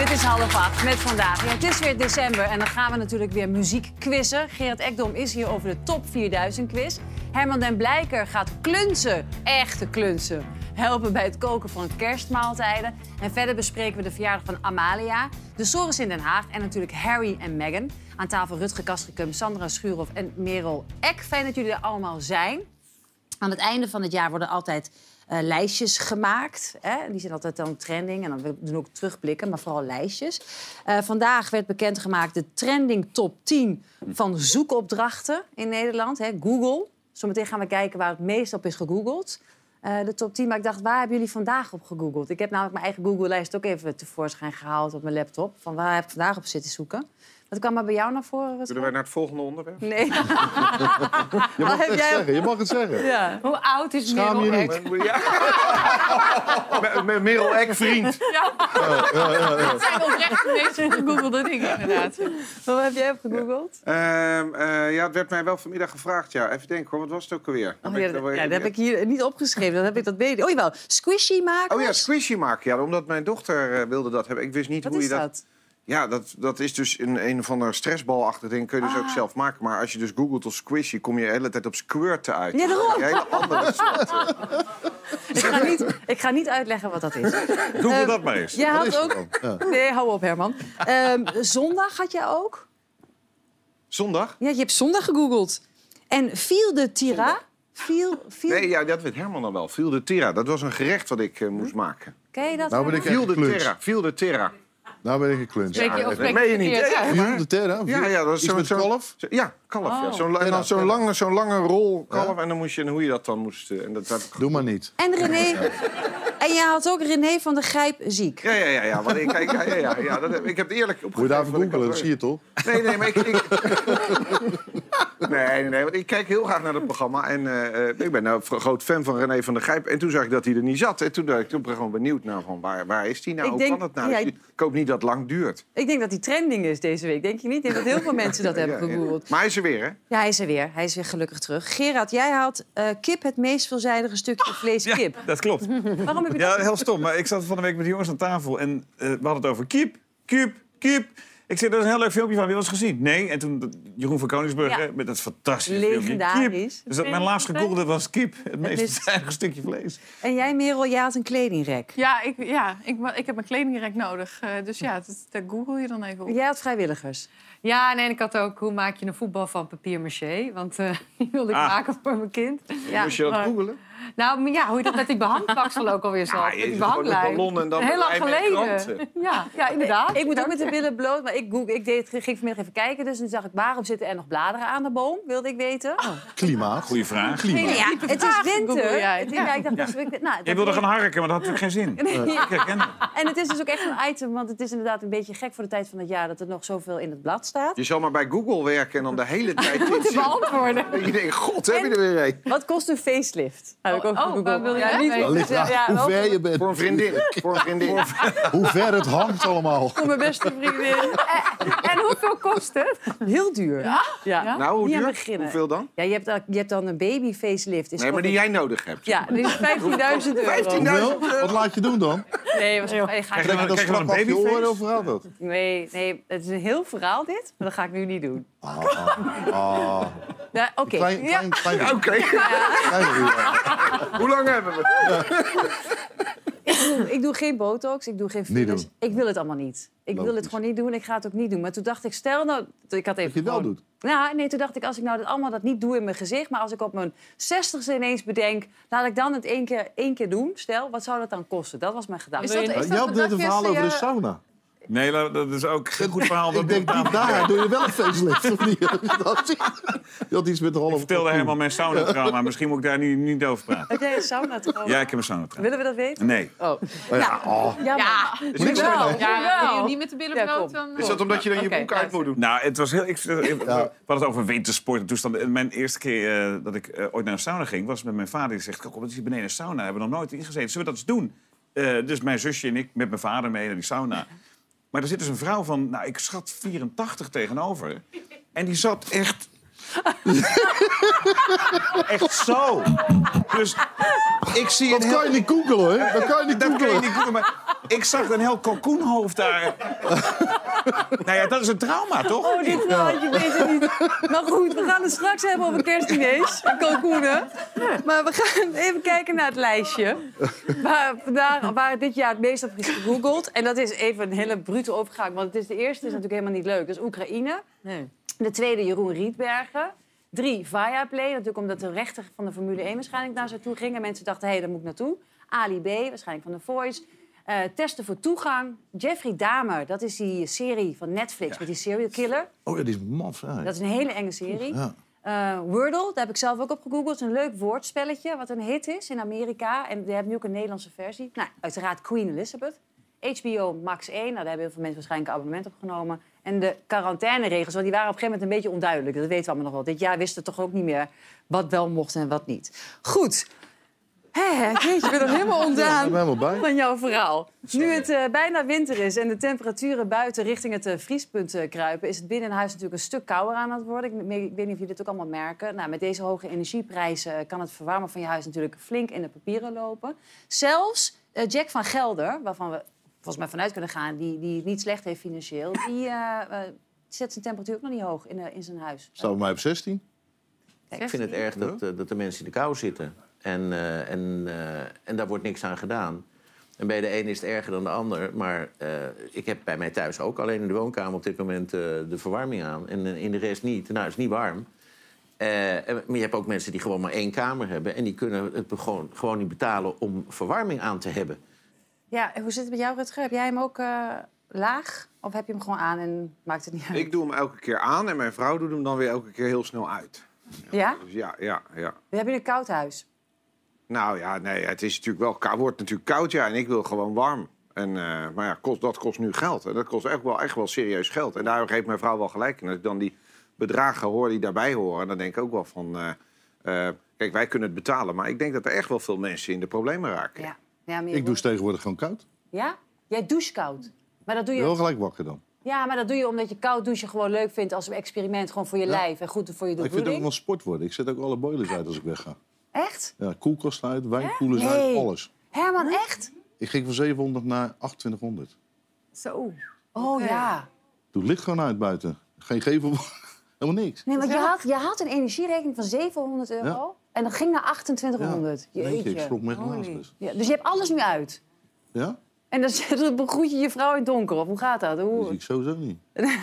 Dit is 7:30 met vandaag. Ja, het is weer december en dan gaan we natuurlijk weer muziek quizzen. Gerard Ekdom is hier over de top 4000 quiz. Herman den Blijker gaat klunsen, echte klunsen, helpen bij het koken van kerstmaaltijden. En verder bespreken we de verjaardag van Amalia, de Sores in Den Haag en natuurlijk Harry en Meghan. Aan tafel Rutger Kastrikum, Sandra Schuurhoff en Merel Eck. Fijn dat jullie er allemaal zijn. Aan het einde van het jaar worden altijd lijstjes gemaakt. Hè? Die zijn altijd dan trending. En dan we doen ook terugblikken, maar vooral lijstjes. Vandaag werd bekendgemaakt de trending top 10 van zoekopdrachten in Nederland. Hè? Google. Zometeen gaan we kijken waar het meest op is gegoogeld. De top 10. Maar ik dacht, waar hebben jullie vandaag op gegoogeld? Ik heb namelijk mijn eigen Google-lijst ook even tevoorschijn gehaald op mijn laptop. Van waar heb ik vandaag op zitten zoeken? Wat kwam maar bij jou naar voren? Zullen wij naar het volgende onderwerp? Nee. Je mag het zeggen. Ja. Hoe oud is Schaam Merel je Eck? niet. Ja. Met Merel Eck, vriend. Dat zijn oprecht de meest gegoogelde dingen, inderdaad. Wat heb jij op gegoogeld? Ja, het werd mij wel vanmiddag gevraagd. Ja. Even denken hoor, wat was het ook alweer? Dat heb ik hier niet opgeschreven. Dat heb ik dat weet. Oh jawel, squishy maken. Oh ja, squishy maken. Ja, omdat mijn dochter wilde dat hebben. Ik wist niet Wat hoe is je dat? Ja, dat is dus een of ander stressbalachtig ding. Kun je dus ook zelf maken. Maar als je dus googelt op squishy, kom je de hele tijd op squirten uit. Ja, daarom. Een hele andere soort. Ik ga niet uitleggen wat dat is. Google dat maar eens. Jij Wat had is ook... het dan? Ja. Nee, hou op, Herman. Zondag had jij ook? Zondag? Ja, je hebt zondag gegoogeld. En viel de tira? Viel... Nee, ja, dat weet Herman dan wel. Viel de terra. Dat was een gerecht wat ik moest maken. Ken je dat? Nou ben ik Herman? echt gekluns. Viel de terra. Nou ben ik gekluns. Weet je of dat ik meen je niet. verkeerd uit? Viel de terra? Ja, dat is Iets met kalf? Ja, kalf. Ja. Zo'n lange rol kalf. En dan moest je, en hoe je dat dan moest... En dat heb ik Doe maar niet. En René... En jij had ook René van der Grijp ziek. Ja. Want ik heb het eerlijk opgegeven. Moet je daarvoor wat ik googelen, had- dat zie je toch? Nee, maar Nee, want ik kijk heel graag naar het programma. En ik ben nou een groot fan van René van der Grijp. En toen zag ik dat hij er niet zat. En toen ben ik gewoon benieuwd naar van waar is hij nou? Ik Hoe denk- kan dat nou? ja, Ik hoop niet dat het lang duurt. Ik denk dat die trending is deze week. Denk je niet? Ik denk dat heel veel mensen dat hebben gegoogeld. Maar hij is er weer, hè? Ja, hij is er weer. Hij is weer gelukkig terug. Gerard, jij had kip het meest veelzijdige stukje vlees kip. Dat klopt. Waarom heb je Ja, dat? heel stom. Maar ik zat van de week met de jongens aan tafel en we hadden het over kip. Ik zei, dat is een heel leuk filmpje van. Heb je wel eens gezien? Nee. En toen Jeroen van Koningsbrugge Ja. met dat fantastische filmpje. Legendarisch. Kip. Dus dat mijn laatste gegoogelde was kip. Het meest veelzijdige stukje vlees. En jij, Merel, jij had een kledingrek. Ik heb een kledingrek nodig. Dus ja, daar google je dan even op. Jij had vrijwilligers. Ja, nee, en ik had ook hoe maak je een voetbal van papier-maché. Want die wilde ik maken voor mijn kind. Ja, Moest je dat maar- googelen? Nou, maar ja, hoe je dat met die behangbaksel ook alweer zat. met die behanglijn. Ballon en dan Heel lang lijm en geleden. kranten. Ja, inderdaad. Ik moet ook met de billen bloot, maar ging vanmiddag even kijken. Dus toen zag ik, waarom zitten er nog bladeren aan de boom? Wilde ik weten. Klimaat. Goeie vraag. Klimaat. Nee, ja, het is winter. Google jij. Ja, ik dacht, Ja. dus, nou, Je dat wilde gaan harken, maar dat had natuurlijk geen zin. Ik herken het. En het is dus ook echt een item, want het is inderdaad een beetje gek voor de tijd van het jaar dat er nog zoveel in het blad staat. Je zal maar bij Google werken en dan de hele tijd... Te beantwoorden. En je denkt, god, heb je er weer een? Wat kost een facelift? Heb ik ook gegoogeld. waar wil je Ja, dat niet- weten? Dat ligt Ja, aan wel hoe ver je bent. Voor een vriendin. Hoe ver het hangt allemaal. voor mijn beste vriendin. En hoeveel kost het? Heel duur. Ja? Nou, hoe Niet aan duur? beginnen. Hoeveel dan? Ja, je hebt dan een baby facelift. Is Nee, maar die gewoon- jij nodig hebt. Ja, die is 15.000 euro. 15.000? Hoeveel? Wat laat je doen dan? Nee, ga ik Krijg je Trek dan je dat een strak af je babyface? oren of hoe gaat dat? Nee, het is een heel verhaal dit, maar dat ga ik nu niet doen. Ja, oké. Klein. Oké. Hoe lang hebben we? Ik doe geen botox, ik doe geen Niet fillers. doen. Ik wil het allemaal niet. Ik wil het Logisch. gewoon niet doen, ik ga het ook niet doen. Maar toen dacht ik, stel nou... Ik had even Dat je het wel gewoon- doet. Ja, nee, toen dacht ik, als ik nou dat allemaal dat niet doe in mijn gezicht... maar als ik op mijn 60ste ineens bedenk... laat ik dan het één keer doen, stel, wat zou dat dan kosten? Dat was mijn gedachte. Je had net een verhaal over de sauna. Nee, dat is ook geen goed verhaal. Ik denk, daar doe je wel een facelift, of niet? Je had iets met de halve... Ik vertelde helemaal mijn sauna-trauma. Misschien moet ik daar nu niet over praten. Heb jij een sauna trouwens? Ja, ik heb een sauna-trauma. Willen we dat weten? Nee. Oh. Ja, Ja, niks wel. meer, nee. ja, wil je niet met de billen Ja, bloot, kom. dan... Is dat omdat je dan je Oké, broek uit luister. moet doen? Nou, het was heel... We hadden het over wintersport en toestanden. Mijn eerste keer dat ik ooit naar een sauna ging... was met mijn vader. Die zegt, kom, het is hier beneden een sauna. Hebben we nog nooit ingezeten. Zullen we dat eens doen? Dus mijn zusje en ik met mijn vader mee naar die sauna. Maar er zit dus een vrouw van, nou, ik schat 84 tegenover. En die zat echt... echt zo. Dus ik zie Dat een kan je niet googelen, hè? Dat kan je niet Dat kan je googelen. niet googlen, maar Ik zag een heel kalkoenhoofd daar. Nou ja, dat is een trauma, toch? Oh, dit je weet het niet. Maar goed, we gaan het straks hebben over kerstdiners en kalkoenen. Maar we gaan even kijken naar het lijstje. Waar dit jaar het meest op is gegoogeld. En dat is even een hele brute overgang. Want het is de eerste is natuurlijk helemaal niet leuk. Dat is Oekraïne. Nee. De tweede Jeroen Rietbergen. 3 Viaplay. Natuurlijk omdat de rechter van de Formule 1 waarschijnlijk daar zo toe ging. En mensen dachten, hé, daar moet ik naartoe. Ali B, waarschijnlijk van The Voice. Testen voor toegang. Jeffrey Dahmer, dat is die serie van Netflix met die serial killer. Oh ja, die is maf. Ja. Dat is een hele enge serie. Ja. Wordle, daar heb ik zelf ook op gegoogeld. Het is een leuk woordspelletje wat een hit is in Amerika. En die hebben nu ook een Nederlandse versie. Nou, uiteraard Queen Elizabeth. HBO Max 1, nou, daar hebben heel veel mensen waarschijnlijk een abonnement op genomen. En de quarantaineregels, want die waren op een gegeven moment een beetje onduidelijk. Dat weten we allemaal nog wel. Dit jaar wisten we toch ook niet meer wat wel mocht en wat niet. Goed. Jeetje, ik ben er helemaal ontdaan van jouw verhaal. Nu het bijna winter is en de temperaturen buiten richting het vriespunt kruipen... is het binnen in huis natuurlijk een stuk kouder aan het worden. Ik weet niet of jullie dit ook allemaal merken. Nou, met deze hoge energieprijzen kan het verwarmen van je huis natuurlijk flink in de papieren lopen. Zelfs Jack van Gelder, waarvan we volgens mij vanuit kunnen gaan... die het niet slecht heeft financieel, die zet zijn temperatuur ook nog niet hoog in zijn huis. Staan we mij op 16? Ik vind het erg dat de mensen in de kou zitten. En daar wordt niks aan gedaan. En bij de een is het erger dan de ander. Maar ik heb bij mij thuis ook alleen in de woonkamer op dit moment de verwarming aan. En in de rest niet. Nou, het is niet warm. Maar je hebt ook mensen die gewoon maar 1 kamer hebben. En die kunnen het gewoon niet betalen om verwarming aan te hebben. Ja, hoe zit het met jou, Rutger? Heb jij hem ook laag? Of heb je hem gewoon aan en maakt het niet uit? Ik doe hem elke keer aan en mijn vrouw doet hem dan weer elke keer heel snel uit. Ja? Dus ja. Heb je een koud huis? Nou ja, nee, het is natuurlijk wel koud, wordt natuurlijk koud, ja, en ik wil gewoon warm. En, maar ja, dat kost nu geld. En dat kost echt wel serieus geld. En daar heeft mijn vrouw wel gelijk in. Als ik dan die bedragen hoor die daarbij horen, dan denk ik ook wel van... kijk, wij kunnen het betalen, maar ik denk dat er echt wel veel mensen in de problemen raken. Ja. Ja, Ik douche tegenwoordig gewoon koud. Ja? Jij doucht koud? Maar dat doe je... Wel gelijk wakker dan. Ja, maar dat doe je omdat je koud douchen gewoon leuk vindt als een experiment. Gewoon voor je lijf en goed voor je Ik vind het ook doorbloeding. wel sport worden. Ik zet ook alle boilers uit als ik wegga. Echt? Ja, koelkast uit, wijnkoelers Nee. uit, alles. Herman, echt? Ik ging van 700 naar 2800. Zo. Oh ja. Doe het licht gewoon uit buiten. Geen gevel, helemaal niks. Nee, want je had een energierekening van €700 en dat ging naar 2800. Jeetje, ik Jeetje. schrok me echt naast dus. Ja, dus je hebt alles nu uit. Ja? En dan begroet je je vrouw in het donker, of hoe gaat dat? Dat zie ik sowieso niet.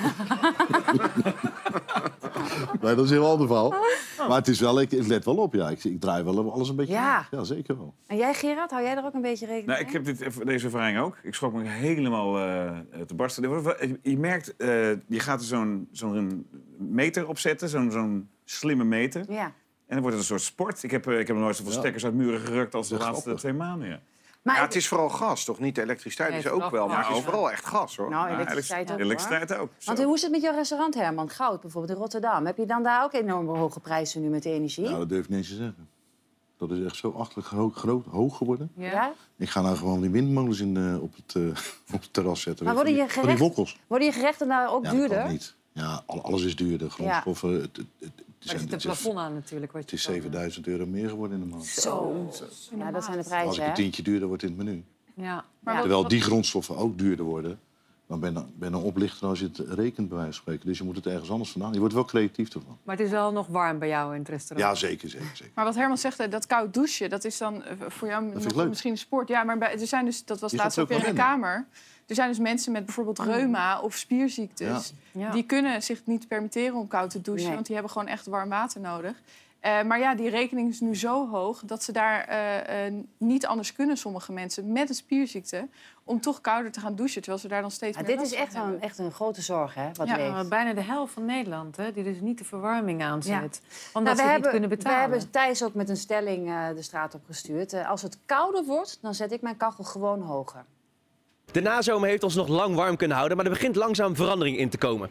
Nee, dat is een heel ander verhaal. Maar het is wel, ik let wel op, ja. Ik draai wel alles een beetje. Ja. Ja, zeker wel. En jij, Gerard, hou jij er ook een beetje rekening Nou, mee? ik heb deze ervaring ook. Ik schrok me helemaal te barsten. Je merkt, je gaat er zo'n meter opzetten, zo'n slimme meter. Ja. En dan wordt het een soort sport. Ik heb nog nooit zoveel stekkers uit muren gerukt als de Dat is laatste grappig. 2 maanden. Ja. Maar Ja, het is vooral gas, toch? Niet de elektriciteit Nee, is ook wel, maar het is ook. vooral echt gas, hoor. Nou, elektriciteit ook, hoor. Elektriciteit ook. Want hoe is het met jouw restaurant, Herman? Goud bijvoorbeeld in Rotterdam. Heb je dan daar ook enorm hoge prijzen nu met de energie? Ja, dat durf ik niet eens te zeggen. Dat is echt zo achterlijk hoog geworden. Ja? Ik ga nou gewoon die windmolens op het terras zetten. Maar Weet worden van je die wokkels. Worden je gerechten daar ook Ja, dat duurder? kan niet. Ja, alles is duurder. Grondstoffen. Maar er zit een plafond aan natuurlijk. Wat Het is je kan, €7000 meer geworden in de maand. Zo. Ja, dat zijn de Als prijzen, ik hè? een tientje duurder wordt in het menu. Ja. Ja. Terwijl die grondstoffen ook duurder worden. Dan ben je een oplichter als je het rekent, bij wijze van spreken. Dus je moet het ergens anders vandaan. Je wordt wel creatief ervan. Maar het is wel nog warm bij jou in het restaurant. Ja, zeker. Maar wat Herman zegt, dat koud douchen, dat is dan voor jou vind ik nog leuk. misschien een sport. Ja, maar er zijn dus, dat was Je laatst gaat ook ook weer in de wel kamer. Er zijn dus mensen met bijvoorbeeld reuma of spierziektes. Ja. Die kunnen zich niet permitteren om koud te douchen, Nee. want die hebben gewoon echt warm water nodig. Maar ja, die rekening is nu zo hoog dat ze daar niet anders kunnen, sommige mensen met een spierziekte, om toch kouder te gaan douchen, terwijl ze daar dan steeds Maar meer dit is last van hebben. echt een grote zorg, hè? Wat Ja, leeft. Maar bijna de helft van Nederland, hè, die dus niet de verwarming aanzet. Ja. Omdat Nou, ze het niet kunnen betalen. We hebben Thijs ook met een stelling de straat op gestuurd. Als het kouder wordt, dan zet ik mijn kachel gewoon hoger. De nazomer heeft ons nog lang warm kunnen houden, maar er begint langzaam verandering in te komen.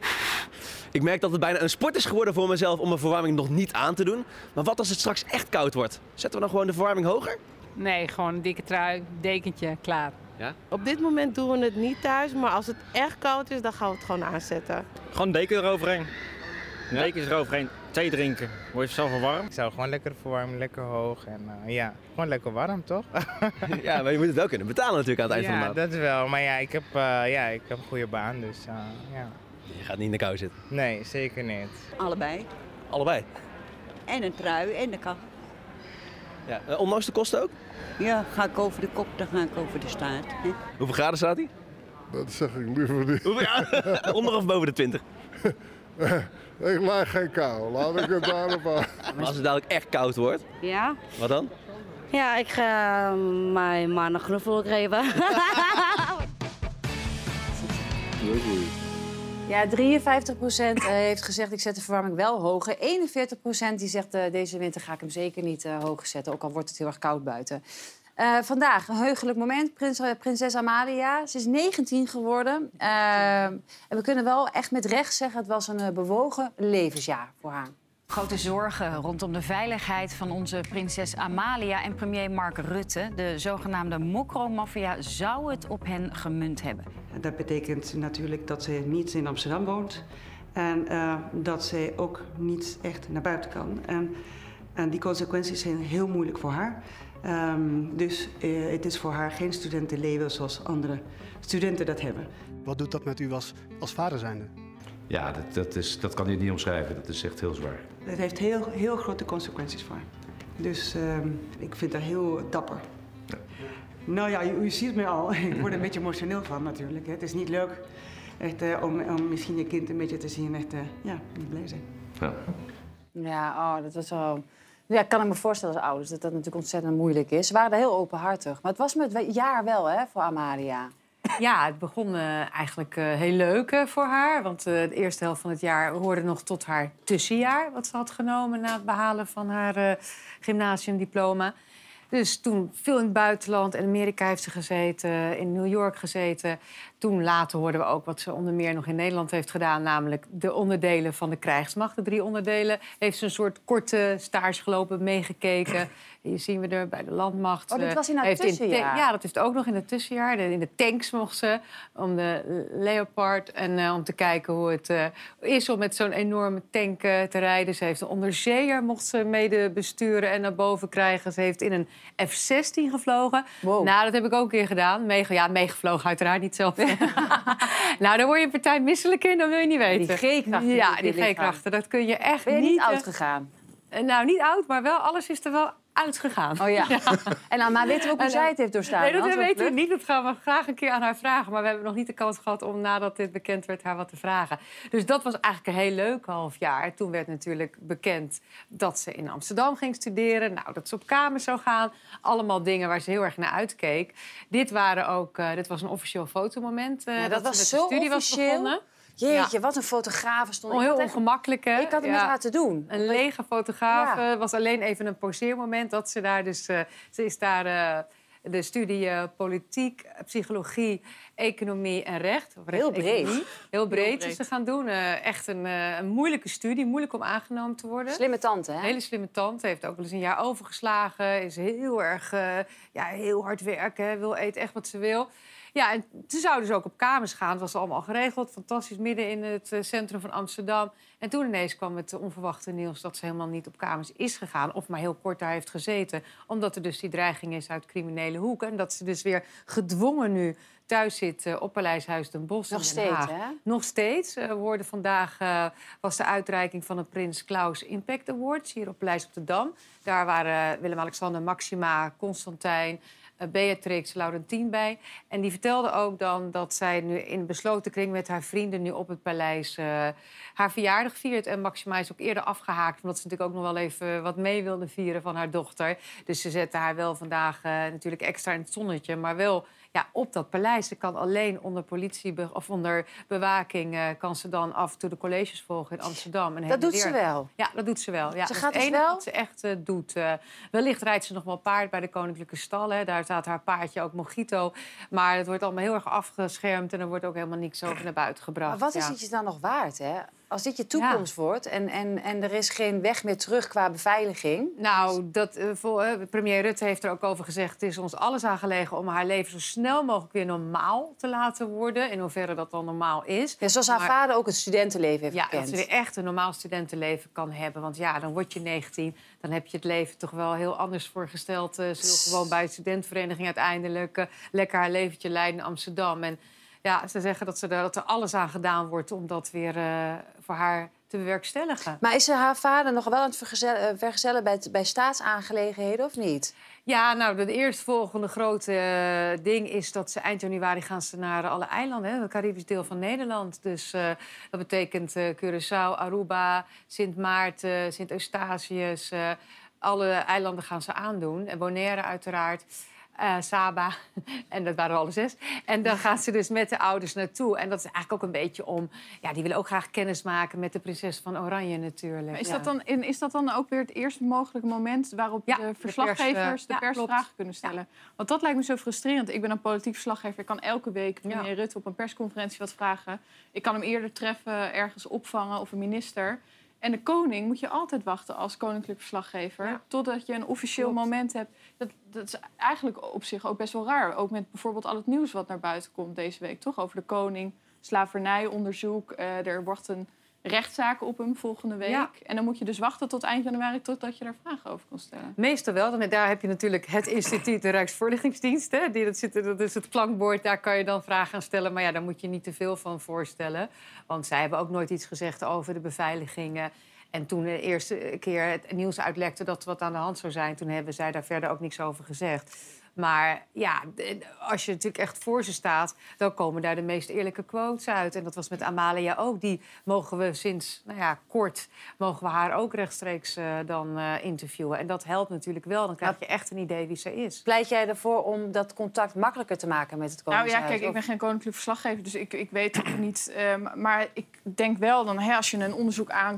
Ik merk dat het bijna een sport is geworden voor mezelf om mijn verwarming nog niet aan te doen. Maar wat als het straks echt koud wordt? Zetten we dan gewoon de verwarming hoger? Nee, gewoon een dikke trui, dekentje, klaar. Ja? Op dit moment doen we het niet thuis, maar als het echt koud is, dan gaan we het gewoon aanzetten. Gewoon een deken eroverheen. Dekens eroverheen, thee drinken. Word je zelf wel warm? Ik zou gewoon lekker verwarmen, lekker hoog en gewoon lekker warm, toch? Ja, maar je moet het wel kunnen betalen natuurlijk aan het eind van de maand. Ja, dat wel. Maar ik heb een goede baan, dus ja. Je gaat niet in de kou zitten. Nee, zeker niet. Allebei. Allebei? En een trui en de kap. Ja, ondanks de kosten ook? Ja, ga ik over de kop, dan ga ik over de staart. Hè. Hoeveel graden staat hij? Dat zeg ik liever niet. Onder of boven de 20? Ik maak geen kou, laat ik het daarop aan. Maar als het dadelijk echt koud wordt, Ja? wat dan? Ja, ik ga mijn man een knuffel geven. Ja, 53% heeft gezegd ik zet de verwarming wel hoger. 41% die zegt deze winter ga ik hem zeker niet hoger zetten. Ook al wordt het heel erg koud buiten. Vandaag een heugelijk moment. Prinses Amalia. Ze is 19 geworden. En we kunnen wel echt met recht zeggen het was een bewogen levensjaar voor haar. Grote zorgen rondom de veiligheid van onze prinses Amalia en premier Mark Rutte. De zogenaamde mokromafia zou het op hen gemunt hebben. Dat betekent natuurlijk dat ze niet in Amsterdam woont. En dat ze ook niet echt naar buiten kan. En die consequenties zijn heel moeilijk voor haar. Dus het is voor haar geen studentenleven zoals andere studenten dat hebben. Wat doet dat met u als vader zijnde? Ja, dat kan je niet omschrijven. Dat is echt heel zwaar. Het heeft heel grote consequenties voor haar. Dus ik vind haar heel dapper. Ja. Nou ja, u ziet me al. Ik word er een beetje emotioneel van natuurlijk. Hè. Het is niet leuk echt, om misschien je kind een beetje te zien. Echt, niet blij zijn. Ja. Ja, dat was zo... Ja, kan ik me voorstellen als ouders dat dat natuurlijk ontzettend moeilijk is. Ze waren er heel openhartig. Maar het was met het jaar wel, hè, voor Amalia. Ja, het begon eigenlijk heel leuk voor haar. Want de eerste helft van het jaar hoorde nog tot haar tussenjaar... wat ze had genomen na het behalen van haar gymnasiumdiploma. Dus toen veel in het buitenland. In Amerika heeft ze gezeten, in New York gezeten. Toen later hoorden we ook wat ze onder meer nog in Nederland heeft gedaan. Namelijk de onderdelen van de krijgsmacht. De 3 onderdelen. Heeft ze een soort korte stage gelopen, meegekeken. Hier zien we er bij de landmacht. Oh, dat was in haar tussenjaar? Ja, dat heeft ook nog in het tussenjaar. In de tanks mocht ze, om de Leopard. En om te kijken hoe het is om met zo'n enorme tank te rijden. Ze heeft een onderzeeër, mocht ze mede besturen en naar boven krijgen. Ze heeft in een F-16 gevlogen. Wow. Nou, dat heb ik ook een keer gedaan. Meegevlogen, uiteraard niet zelf. Nou, daar word je een partij misselijk in, dat wil je niet weten. Die G-krachten. Ja, die G-krachten, dat kun je echt Ben je niet oud gegaan? Nou, niet oud, maar wel, alles is er wel uitgegaan. Oh ja. En dan, maar weten we ook hoe zij het heeft doorstaan? Nee, dat weten we niet. Dat gaan we graag een keer aan haar vragen. Maar we hebben nog niet de kans gehad om nadat dit bekend werd haar wat te vragen. Dus dat was eigenlijk een heel leuk halfjaar. Toen werd natuurlijk bekend dat ze in Amsterdam ging studeren. Nou, dat ze op kamers zou gaan. Allemaal dingen waar ze heel erg naar uitkeek. Dit was een officieel fotomoment. Dat was zo studie officieel. Was begonnen. Jeetje, wat een fotograaf stond. Heel ongemakkelijk, hè? Ik had het met haar te doen. Een lege fotograaf. Het was alleen even een poseermoment dat ze daar... Dus ze is daar de studie politiek, psychologie, economie en recht. Heel breed. Heel breed is ze gaan doen. Echt een moeilijke studie. Moeilijk om aangenomen te worden. Slimme tante, hè? Een hele slimme tante. Heeft ook wel eens een jaar overgeslagen. Is heel erg heel hard werken. Wil eten echt wat ze wil. Ja, en ze zouden dus ook op kamers gaan. Het was allemaal geregeld. Fantastisch, midden in het centrum van Amsterdam. En toen ineens kwam het onverwachte nieuws dat ze helemaal niet op kamers is gegaan. Of maar heel kort daar heeft gezeten. Omdat er dus die dreiging is uit criminele hoeken. En dat ze dus weer gedwongen nu thuis zit op Paleishuis Den Bosch in Den Haag. Hè? Nog steeds. We hoorden vandaag was de uitreiking van het Prins Claus Impact Awards hier op Paleis op de Dam. Daar waren Willem-Alexander, Maxima, Constantijn, Beatrix, Laurentien bij. En die vertelde ook dan dat zij nu in besloten kring met haar vrienden nu op het paleis haar verjaardag viert. En Maxima is ook eerder afgehaakt, omdat ze natuurlijk ook nog wel even wat mee wilde vieren van haar dochter. Dus ze zette haar wel vandaag natuurlijk extra in het zonnetje, maar wel op dat paleis. Ze kan alleen onder onder bewaking kan ze dan af en toe de colleges volgen in Amsterdam. En dat doet ze wel? Ja, dat doet ze wel. Ja, ze dat gaat is het dus enige wel? wat ze echt doet. Wellicht rijdt ze nog wel paard bij de Koninklijke Stallen. Daar staat haar paardje ook Mojito. Maar het wordt allemaal heel erg afgeschermd en er wordt ook helemaal niks over naar buiten gebracht. Maar wat is het je dan nog waard, hè? Als dit je toekomst wordt en er is geen weg meer terug qua beveiliging. Nou, premier Rutte heeft er ook over gezegd... het is ons alles aangelegen om haar leven zo snel mogelijk weer normaal te laten worden. In hoeverre dat dan normaal is. Ja, zoals haar vader ook het studentenleven heeft gekend. Ja, dat ze weer echt een normaal studentenleven kan hebben. Want ja, dan word je 19, dan heb je het leven toch wel heel anders voorgesteld. Ze wil gewoon bij de studentenvereniging uiteindelijk... lekker haar leventje leiden in Amsterdam. En ja, ze zeggen dat er alles aan gedaan wordt om dat weer voor haar te bewerkstelligen. Maar is haar vader nog wel aan het vergezellen bij staatsaangelegenheden of niet? Ja, nou, de eerstvolgende grote ding is dat ze eind januari gaan naar alle eilanden, het Caribisch deel van Nederland. Dus dat betekent Curaçao, Aruba, Sint Maarten, Sint Eustatius. Alle eilanden gaan ze aandoen. En Bonaire uiteraard. Saba. En dat waren alle 6. En dan gaan ze dus met de ouders naartoe. En dat is eigenlijk ook een beetje om... Ja, die willen ook graag kennis maken met de prinses van Oranje natuurlijk. Maar is dat dan ook weer het eerste mogelijke moment... waarop de verslaggevers de pers vragen kunnen stellen? Want dat lijkt me zo frustrerend. Ik ben een politiek verslaggever. Ik kan elke week premier Rutte op een persconferentie wat vragen. Ik kan hem eerder treffen, ergens opvangen of een minister... En de koning moet je altijd wachten als koninklijk verslaggever... totdat je een officieel moment hebt. Dat is eigenlijk op zich ook best wel raar. Ook met bijvoorbeeld al het nieuws wat naar buiten komt deze week. Toch over de koning, slavernijonderzoek. Er wordt een rechtszaak op hem volgende week. Ja. En dan moet je dus wachten tot eind januari... totdat je daar vragen over kan stellen. Meestal wel. En daar heb je natuurlijk het instituut, de Rijksvoorlichtingsdienst. Hè? Dat is het klankbord, daar kan je dan vragen aan stellen. Maar ja, daar moet je niet te veel van voorstellen. Want zij hebben ook nooit iets gezegd over de beveiligingen. En toen de eerste keer het nieuws uitlekte dat er wat aan de hand zou zijn... toen hebben zij daar verder ook niks over gezegd. Maar ja, als je natuurlijk echt voor ze staat... dan komen daar de meest eerlijke quotes uit. En dat was met Amalia ook. Die mogen we sinds kort mogen we haar ook rechtstreeks dan interviewen. En dat helpt natuurlijk wel. Dan krijg je echt een idee wie ze is. Pleit jij ervoor om dat contact makkelijker te maken met het Koningshuis? Nou ja, kijk, ik ben geen koninklijk verslaggever, dus ik weet het niet. Maar ik denk wel dan, als je een onderzoek aan...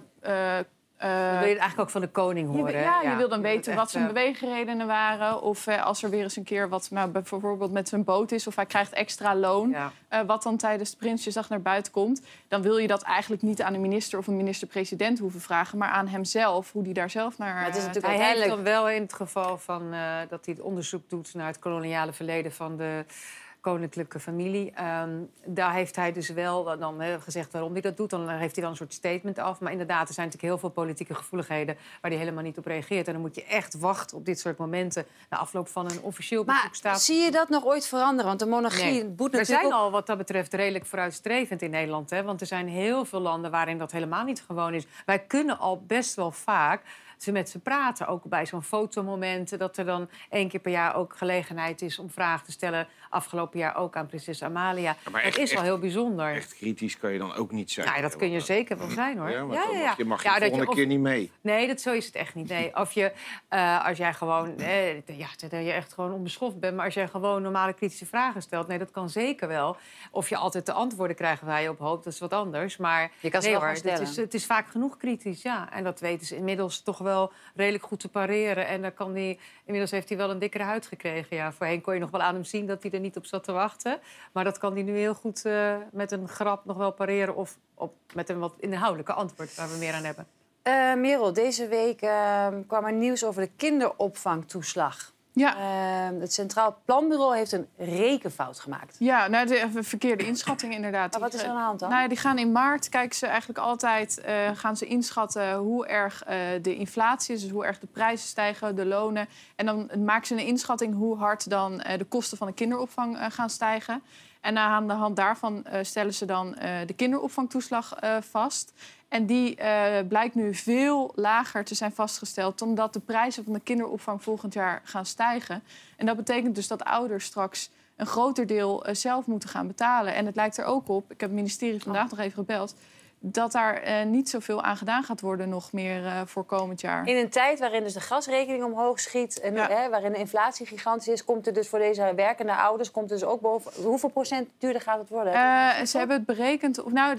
wil je het eigenlijk ook van de koning horen. Je wil dan weten wat zijn beweegredenen waren. Of als er weer eens een keer wat bijvoorbeeld met zijn boot is... of hij krijgt extra loon, wat dan tijdens de Prinsjesdag naar buiten komt... dan wil je dat eigenlijk niet aan een minister of een minister-president hoeven vragen... maar aan hemzelf, hoe hij daar zelf naar... Maar het is natuurlijk hij heeft dan wel in het geval van dat hij het onderzoek doet... naar het koloniale verleden van de... koninklijke familie. Daar heeft hij dus wel dan gezegd waarom hij dat doet. Dan heeft hij dan een soort statement af. Maar inderdaad, er zijn natuurlijk heel veel politieke gevoeligheden... waar hij helemaal niet op reageert. En dan moet je echt wachten op dit soort momenten... na afloop van een officieel bezoek staat. Maar zie je dat nog ooit veranderen? Want de monarchie boet natuurlijk... We zijn al wat dat betreft redelijk vooruitstrevend in Nederland. Hè? Want er zijn heel veel landen waarin dat helemaal niet gewoon is. Wij kunnen al best wel vaak... ze met ze praten, ook bij zo'n fotomoment... dat er dan 1 keer per jaar ook gelegenheid is om vragen te stellen. Afgelopen jaar ook aan prinses Amalia. Ja, dat is wel heel bijzonder. Echt kritisch kan je dan ook niet zijn. Ja, dat kun je zeker wel zijn, hoor. Ja, maar dan mag je de volgende keer niet mee. Nee, zo is het echt niet. Nee. Of je, als jij gewoon... dat je echt gewoon onbeschoft bent... maar als jij gewoon normale kritische vragen stelt... nee, dat kan zeker wel. Of je altijd de antwoorden krijgt waar je op hoopt, dat is wat anders. Maar je kan ze wel gaan stellen. Het is vaak genoeg kritisch, ja. En dat weten ze inmiddels toch wel redelijk goed te pareren. En dan inmiddels heeft hij wel een dikkere huid gekregen. Ja. Voorheen kon je nog wel aan hem zien dat hij er niet op zat te wachten. Maar dat kan hij nu heel goed met een grap nog wel pareren... of met een wat inhoudelijke antwoord waar we meer aan hebben. Merel, deze week kwam er nieuws over de kinderopvangtoeslag. Ja. Het Centraal Planbureau heeft een rekenfout gemaakt. Ja, nou, de verkeerde inschatting inderdaad. Maar wat is er aan de hand dan? Nou, die gaan in maart, kijken ze eigenlijk altijd... gaan ze inschatten hoe erg de inflatie is... dus hoe erg de prijzen stijgen, de lonen. En dan maken ze een inschatting hoe hard dan de kosten van de kinderopvang gaan stijgen. En aan de hand daarvan stellen ze dan de kinderopvangtoeslag vast... En die blijkt nu veel lager te zijn vastgesteld... dan dat de prijzen van de kinderopvang volgend jaar gaan stijgen. En dat betekent dus dat ouders straks een groter deel zelf moeten gaan betalen. En het lijkt er ook op, ik heb het ministerie vandaag nog even gebeld... dat daar niet zoveel aan gedaan gaat worden nog meer voor komend jaar. In een tijd waarin dus de gasrekening omhoog schiet... en waarin de inflatie gigantisch is... komt er dus voor deze werkende ouders komt er dus ook boven... Hoeveel procent duurder gaat het worden? Ze hebben het berekend...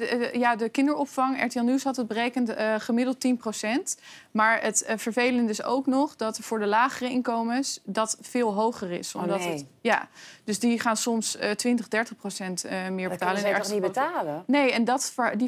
de kinderopvang, RTL Nieuws had het berekend gemiddeld 10%. Maar het vervelende is ook nog dat voor de lagere inkomens... dat veel hoger is. Omdat dus die gaan soms 20-30% meer betalen. Dat kunnen zij toch niet betalen? Nee, en die verhalen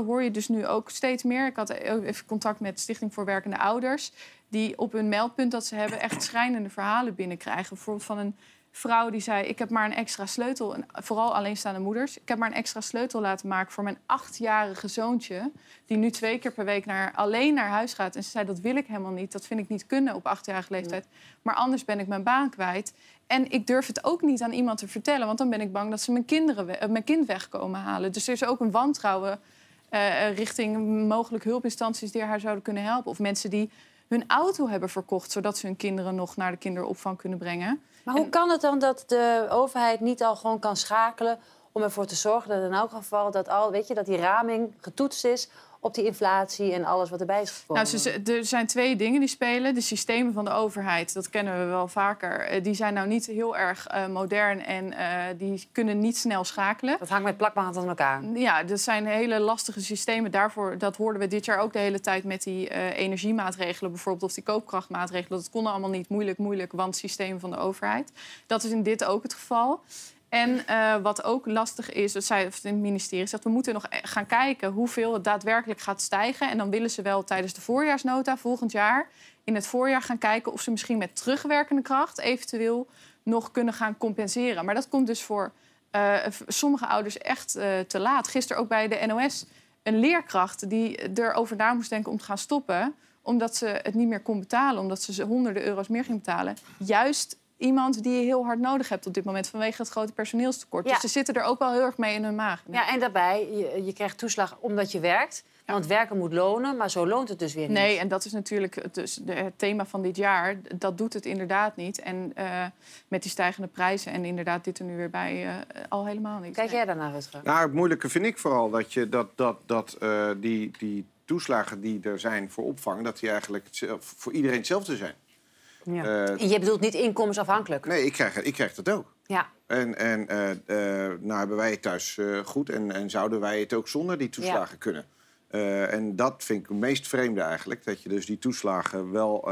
hoor je dus nu ook steeds meer. Ik had even contact met Stichting voor Werkende Ouders, die op hun meldpunt dat ze hebben echt schrijnende verhalen binnenkrijgen. Bijvoorbeeld van een vrouw die zei, ik heb maar een extra sleutel, en vooral alleenstaande moeders, ik heb maar een extra sleutel laten maken voor mijn 8-jarige zoontje, die nu 2 keer per week alleen naar huis gaat. En ze zei, dat wil ik helemaal niet, dat vind ik niet kunnen op 8-jarige leeftijd. Maar anders ben ik mijn baan kwijt. En ik durf het ook niet aan iemand te vertellen, want dan ben ik bang dat ze mijn kind wegkomen halen. Dus er is ook een wantrouwen richting mogelijk hulpinstanties die haar zouden kunnen helpen. Of mensen die hun auto hebben verkocht, zodat ze hun kinderen nog naar de kinderopvang kunnen brengen. Maar hoe kan het dan dat de overheid niet al gewoon kan schakelen om ervoor te zorgen dat in elk geval dat die raming getoetst is op die inflatie en alles wat erbij is gekomen? Nou, er zijn 2 dingen die spelen. De systemen van de overheid, dat kennen we wel vaker, die zijn nou niet heel erg modern en die kunnen niet snel schakelen. Dat hangt met plakband aan elkaar. Ja, dat zijn hele lastige systemen. Daarvoor, dat hoorden we dit jaar ook de hele tijd met die energiemaatregelen bijvoorbeeld, of die koopkrachtmaatregelen. Dat kon allemaal niet, moeilijk, want systemen van de overheid. Dat is in dit ook het geval. En wat ook lastig is, dat zei het ministerie, zegt we moeten nog gaan kijken hoeveel het daadwerkelijk gaat stijgen. En dan willen ze wel tijdens de voorjaarsnota volgend jaar in het voorjaar gaan kijken of ze misschien met terugwerkende kracht eventueel nog kunnen gaan compenseren. Maar dat komt dus voor sommige ouders echt te laat. Gisteren ook bij de NOS een leerkracht die erover na moest denken om te gaan stoppen, omdat ze het niet meer kon betalen, omdat ze honderden euro's meer ging betalen. Juist iemand die je heel hard nodig hebt op dit moment vanwege het grote personeelstekort. Ja. Dus ze zitten er ook wel heel erg mee in hun maag. Ja, en daarbij, je krijgt toeslag omdat je werkt. Ja. Want werken moet lonen, maar zo loont het dus weer niet. Nee, en dat is natuurlijk het thema van dit jaar. Dat doet het inderdaad niet. En met die stijgende prijzen en inderdaad dit er nu weer bij al helemaal niet. Kijk jij daarnaar, Rutger? Nou, het moeilijke vind ik vooral dat die toeslagen die er zijn voor opvang, dat die eigenlijk voor iedereen hetzelfde zijn. Ja. Je bedoelt niet inkomensafhankelijk? Nee, ik krijg dat ook. Ja. En nou hebben wij het thuis goed en zouden wij het ook zonder die toeslagen kunnen. En dat vind ik het meest vreemde eigenlijk. Dat je dus die toeslagen wel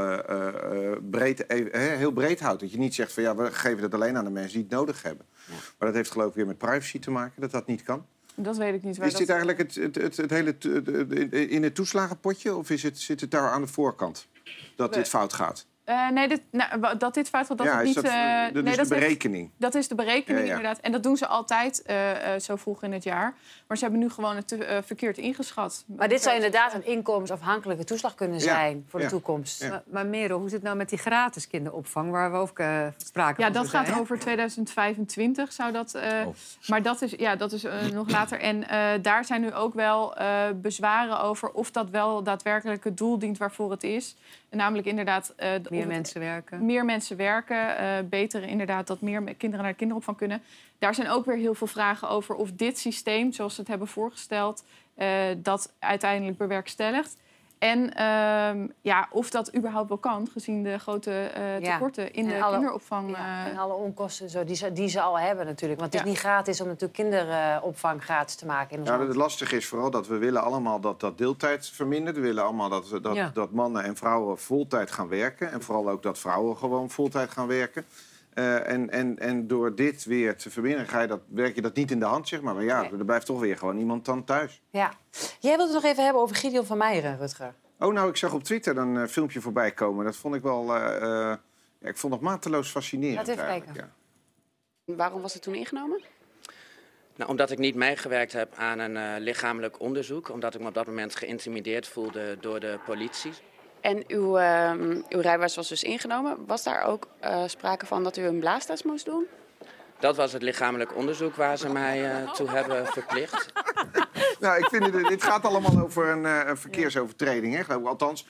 heel breed houdt. Dat je niet zegt van ja, we geven dat alleen aan de mensen die het nodig hebben. Ja. Maar dat heeft geloof ik weer met privacy te maken, dat niet kan. Dat weet ik niet. Is dit eigenlijk het hele in het toeslagenpotje of zit het daar aan de voorkant dat dit fout gaat? Nee, dat dit fout gaat, dat ja, het niet... dat is de berekening. Dat is de berekening, ja. inderdaad. En dat doen ze altijd zo vroeg in het jaar. Maar ze hebben nu gewoon het verkeerd ingeschat. Maar dit zou inderdaad een inkomensafhankelijke toeslag kunnen zijn voor de toekomst. Ja. Maar Merel, hoe zit het nou met die gratis kinderopvang, waar we ook sprake van Ja, dat gaat over 2025, zou dat... Maar dat is nog later. En daar zijn nu ook wel bezwaren over of dat wel daadwerkelijk het doel dient waarvoor het is. En namelijk inderdaad... Meer mensen werken. Meer mensen werken. Beter inderdaad dat meer kinderen naar de kinderopvang kunnen. Daar zijn ook weer heel veel vragen over of dit systeem, zoals ze het hebben voorgesteld, dat uiteindelijk bewerkstelligt. En of dat überhaupt wel kan, gezien de grote tekorten in de kinderopvang. En alle onkosten die ze al hebben natuurlijk. Want het is niet gratis om natuurlijk kinderopvang gratis te maken. In het lastige is vooral dat we willen allemaal dat deeltijd vermindert. We willen allemaal dat mannen en vrouwen voltijd gaan werken. En vooral ook dat vrouwen gewoon voltijd gaan werken. En door dit weer te verminderen, werk je dat niet in de hand, zeg maar. Maar ja, er blijft toch weer gewoon iemand dan thuis. Ja. Jij wilt het nog even hebben over Gideon van Meijeren, Rutger. Oh, nou, ik zag op Twitter een filmpje voorbij komen. Dat vond ik wel... ik vond het mateloos fascinerend. Laat even kijken. Ja. Waarom was het toen ingenomen? Nou, omdat ik niet meegewerkt heb aan een lichamelijk onderzoek. Omdat ik me op dat moment geïntimideerd voelde door de politie. En uw rijbewijs was dus ingenomen. Was daar ook sprake van dat u een blaastest moest doen? Dat was het lichamelijk onderzoek waar ze mij toe hebben verplicht. Nou, ik vind dit gaat allemaal over een verkeersovertreding. Hè? Althans,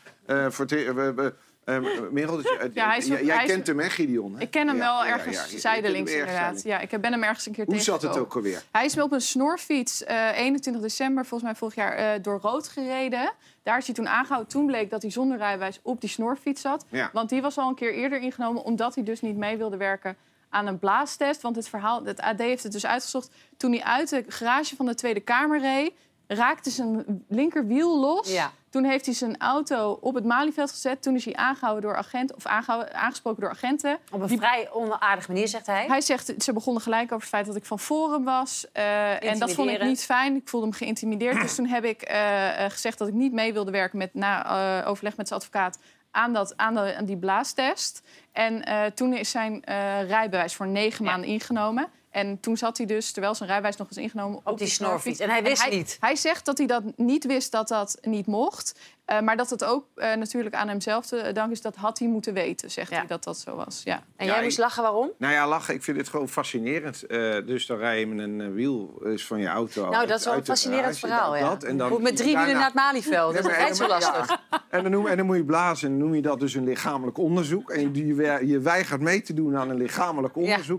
Merel, jij kent hem, hè, Gideon? Hè? Ik ken hem wel ergens zijdelings, inderdaad. Ja, ik ben hem ergens een keer tegengekomen. Hoe zat het ook alweer? Hij is op een snorfiets 21 december, volgens mij vorig jaar, door rood gereden. Daar is hij toen aangehouden. Toen bleek dat hij zonder rijbewijs op die snorfiets zat. Ja. Want die was al een keer eerder ingenomen, omdat hij dus niet mee wilde werken aan een blaastest. Want het AD heeft het dus uitgezocht. Toen hij uit de garage van de Tweede Kamer reed, raakte zijn linkerwiel los. Ja. Toen heeft hij zijn auto op het Malieveld gezet. Toen is hij aangehouden door aangesproken door agenten. Op een vrij onaardige manier, zegt hij. Hij zegt, ze begonnen gelijk over het feit dat ik van Forum was. En dat vond ik niet fijn. Ik voelde me geïntimideerd. Dus toen heb ik gezegd dat ik niet mee wilde werken met, na overleg met zijn advocaat aan die blaastest. En toen is zijn rijbewijs voor 9 maanden ingenomen. En toen zat hij dus, terwijl zijn rijbewijs nog eens ingenomen... op die snorfiets. En hij wist niet. Hij zegt dat hij dat niet wist dat dat niet mocht. Maar dat het ook natuurlijk aan hemzelf te danken is. Dat had hij moeten weten, zegt hij, dat dat zo was. Ja. En jij moest lachen, waarom? Nou ja, lachen. Ik vind het gewoon fascinerend. Dus dan rij je met een wiel van je auto... Nou, dat is wel een fascinerend verhaal, ja. En dan, hoe met 3 wielen naar het Malieveld. Dat is echt zo lastig. Ja. En dan moet je blazen en dan noem je dat dus een lichamelijk onderzoek. En je weigert mee te doen aan een lichamelijk onderzoek.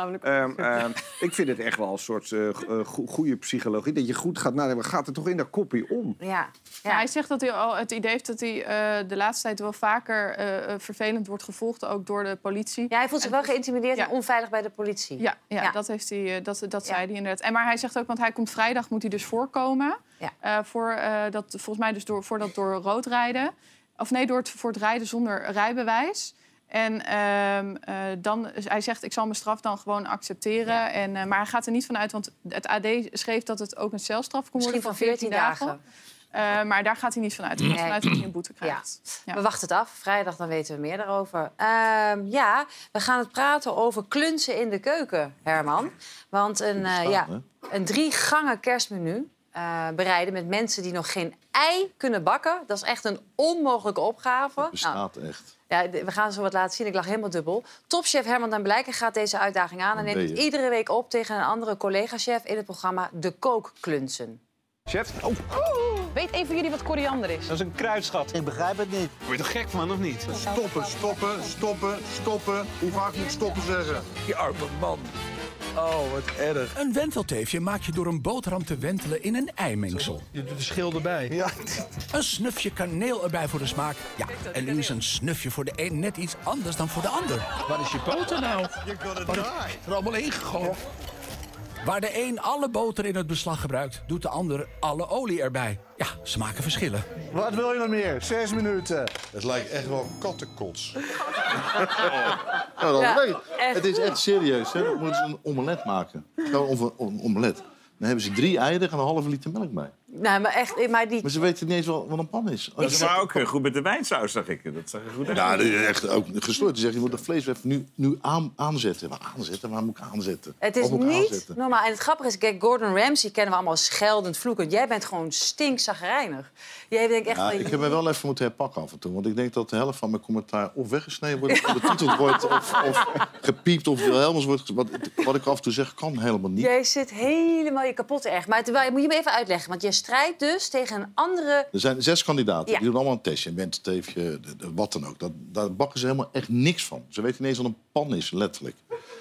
Ik vind het echt wel een soort goede psychologie. Dat je goed gaat nadenken, gaat er toch in dat kopje om? Ja, hij zegt dat hij al het idee heeft dat hij de laatste tijd wel vaker vervelend wordt gevolgd, ook door de politie. Ja, hij voelt zich wel geïntimideerd en onveilig bij de politie. Ja. Dat heeft hij, dat zei hij inderdaad. Maar hij zegt ook, want hij komt vrijdag, moet hij dus voorkomen. Volgens mij dus voor rood rijden. Of nee, voor het rijden zonder rijbewijs. En hij zegt, ik zal mijn straf dan gewoon accepteren. Maar hij gaat er niet van uit, want het AD schreef dat het ook een celstraf kon worden van 14 dagen. Maar daar gaat hij niet van uit. Hij gaat vanuit dat hij een boete krijgt. Ja. We wachten het af. Vrijdag dan weten we meer daarover. We gaan het praten over klunsen in de keuken, Herman. Want een 3 gangen kerstmenu bereiden met mensen die nog geen ei kunnen bakken. Dat is echt een onmogelijke opgave. Het bestaat echt. Ja, we gaan zo wat laten zien. Ik lag helemaal dubbel. Topchef Herman den Blijker gaat deze uitdaging aan en neemt het iedere week op tegen een andere collega-chef in het programma De Kookklunsen. Chef? Weet een van jullie wat koriander is? Dat is een kruidschat. Ik begrijp het niet. Word je toch gek van, of niet? Stoppen. Hoe vaak moet ik stoppen zeggen? Die arme man. Oh, wat erg. Een wentelteefje maak je door een boterham te wentelen in een eimengsel. Je doet de schil erbij. Ja. Een snufje kaneel erbij voor de smaak. Ja, en nu is een snufje voor de een net iets anders dan voor de ander. Waar is je boter nou? Er allemaal ingegooid. Waar de een alle boter in het beslag gebruikt, doet de ander alle olie erbij. Ja, smaken verschillen. Wat wil je nog meer? 6 minuten. Het lijkt echt wel kattenkots. Het is echt serieus. Hè? Dan moeten ze een omelet maken. Gewoon een omelet. Dan hebben ze 3 eieren en een halve liter melk bij. Nou, maar echt, maar ze weten niet eens wat een pan is. Dat was ook goed met de wijnsaus, zag ik. Dat zag er goed uit. Ja, dat is echt ook gestoord. Je zegt, je moet dat vlees even nu aanzetten. Waar moet ik aanzetten? Het is niet normaal. En het grappige is, kijk, Gordon Ramsay kennen we allemaal scheldend, vloekend. Jij bent gewoon stinkzagrijnig. Jij denkt echt ik heb me wel even moeten herpakken af en toe. Want ik denk dat de helft van mijn commentaar of weggesneden wordt... of betiteld wordt, of gepiept, of Wilhelmus wordt... Wat ik af en toe zeg, kan helemaal niet. Jij zit helemaal je kapot erg. Maar moet je me even uitleggen, want je strijdt dus tegen een andere... Er zijn 6 kandidaten, die doen allemaal een testje. Een wentelteefje, wat dan ook. Daar bakken ze helemaal echt niks van. Ze weten ineens wat een pan is, letterlijk.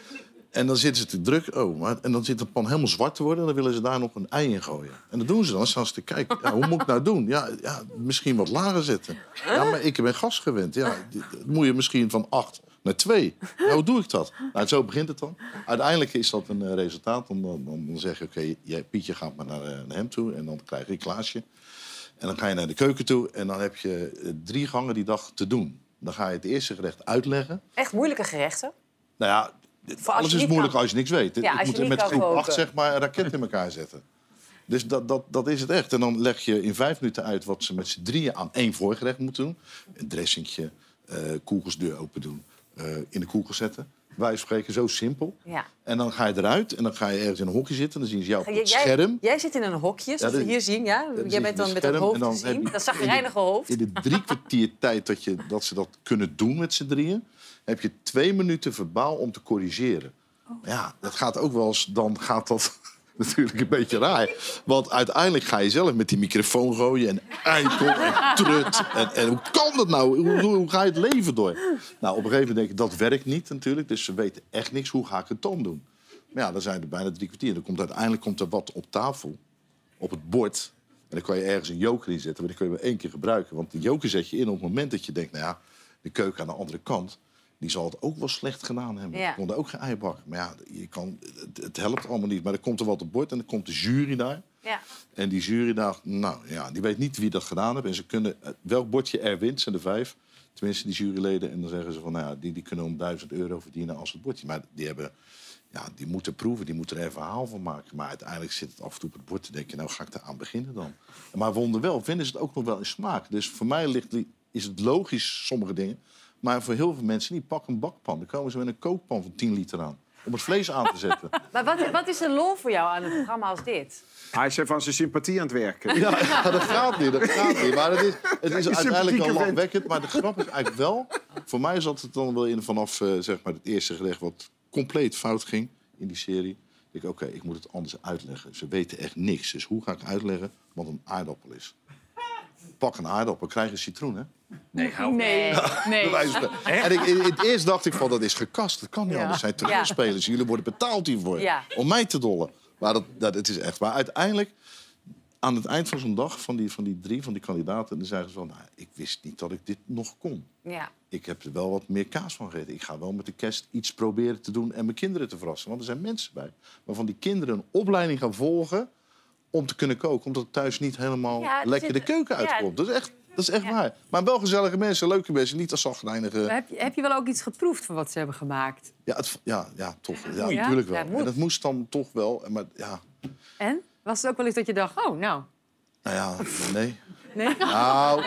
En dan zitten ze te druk. En dan zit de pan helemaal zwart te worden... en dan willen ze daar nog een ei in gooien. En dat doen ze dan. Dan staan ze te kijken. Ja, hoe moet ik nou doen? Ja, misschien wat lager zetten. Ja, maar ik ben gas gewend. Ja, dat moet je misschien van 8 naar 2. Ja, hoe doe ik dat? Nou, zo begint het dan. Uiteindelijk is dat een resultaat. Dan zeg je, oké, Pietje gaat maar naar hem toe... en dan krijg je Klaasje. En dan ga je naar de keuken toe... en dan heb je 3 gangen die dag te doen. Dan ga je het eerste gerecht uitleggen. Echt moeilijke gerechten? Nou ja... Alles is moeilijk als je niks weet. Ja, ik moet met groep 8 zeg maar, een raket in elkaar zetten. Dus dat is het echt. En dan leg je in 5 minuten uit wat ze met z'n 3 aan 1 voorgerecht moeten doen. Een dressingje, koelkastdeur open doen, in de koelkast zetten. Wij spreken zo simpel. Ja. En dan ga je eruit en dan ga je ergens in een hokje zitten. Dan zien ze jou op het scherm. Jij zit in een hokje, zoals we hier zien. Ja? Jij bent dan met dat hoofd te zien. Dat zagrijnige hoofd. In de 3 kwartier tijd dat ze dat kunnen doen met z'n 3... heb je 2 minuten verbaal om te corrigeren. Ja, dat gaat ook wel eens... Dan gaat dat natuurlijk een beetje raar. Want uiteindelijk ga je zelf met die microfoon gooien... en eikel en trut. En hoe kan dat nou? Hoe ga je het leven door? Nou, op een gegeven moment denk ik, dat werkt niet natuurlijk. Dus ze weten echt niks. Hoe ga ik het dan doen? Maar ja, dan zijn er bijna 3 kwartier. Uiteindelijk komt er wat op tafel, op het bord... En dan kan je ergens een joker in zetten, maar die kun je maar 1 keer gebruiken. Want die joker zet je in op het moment dat je denkt... nou ja, de keuken aan de andere kant... die zal het ook wel slecht gedaan hebben. Ja. Ik kon er ook geen ei bakken. Maar ja, het helpt allemaal niet. Maar dan komt er wat op bord en dan komt de jury daar. Ja. En die jury dacht, die weet niet wie dat gedaan heeft. En ze kunnen, welk bordje er wint, zijn er 5. Tenminste, die juryleden. En dan zeggen ze van, die kunnen om €1000 verdienen als het bordje. Maar die moeten proeven, die moeten er een verhaal van maken. Maar uiteindelijk zit het af en toe op het bord te denken, nou ga ik daar aan beginnen dan. Maar wonderwel vinden ze het ook nog wel in smaak. Dus voor mij is het logisch, sommige dingen. Maar voor heel veel mensen niet. Pak een bakpan. Dan komen ze met een kookpan van 10 liter aan. Om het vlees aan te zetten. Maar wat is de lol voor jou aan een programma als dit? Hij is van zijn sympathie aan het werken. Ja, dat gaat niet. Maar het is uiteindelijk wel lachwekkend. Maar de grap is eigenlijk wel... Voor mij zat het dan wel in vanaf zeg maar het eerste gerecht... wat compleet fout ging in die serie. Ik dacht, oké, ik moet het anders uitleggen. Ze weten echt niks. Dus hoe ga ik uitleggen wat een aardappel is? Pak een aardappel, krijg je citroen, hè? Nee, hou Nee. En in het eerst dacht ik van, dat is gekast. Dat kan niet anders. Het zijn toneelspelers. Jullie worden betaald hiervoor. Ja. Om mij te dollen. Maar het is echt. Maar uiteindelijk, aan het eind van zo'n dag... van die 3 kandidaten... dan zeggen ze van, ik wist niet dat ik dit nog kon. Ja. Ik heb er wel wat meer kaas van gegeten. Ik ga wel met de kerst iets proberen te doen... en mijn kinderen te verrassen. Want er zijn mensen bij. Waarvan die kinderen een opleiding gaan volgen... om te kunnen koken. Omdat het thuis niet helemaal lekker de keuken uitkomt. Dat is echt waar. Maar wel gezellige mensen, leuke mensen. Niet als zagrijnige... Heb je wel ook iets geproefd van wat ze hebben gemaakt? Ja, toch. Ja, natuurlijk wel. En dat moest dan toch wel. Maar, ja. En? Was het ook wel eens dat je dacht, oh, nou... Nou ja, nee. Nee? Nou,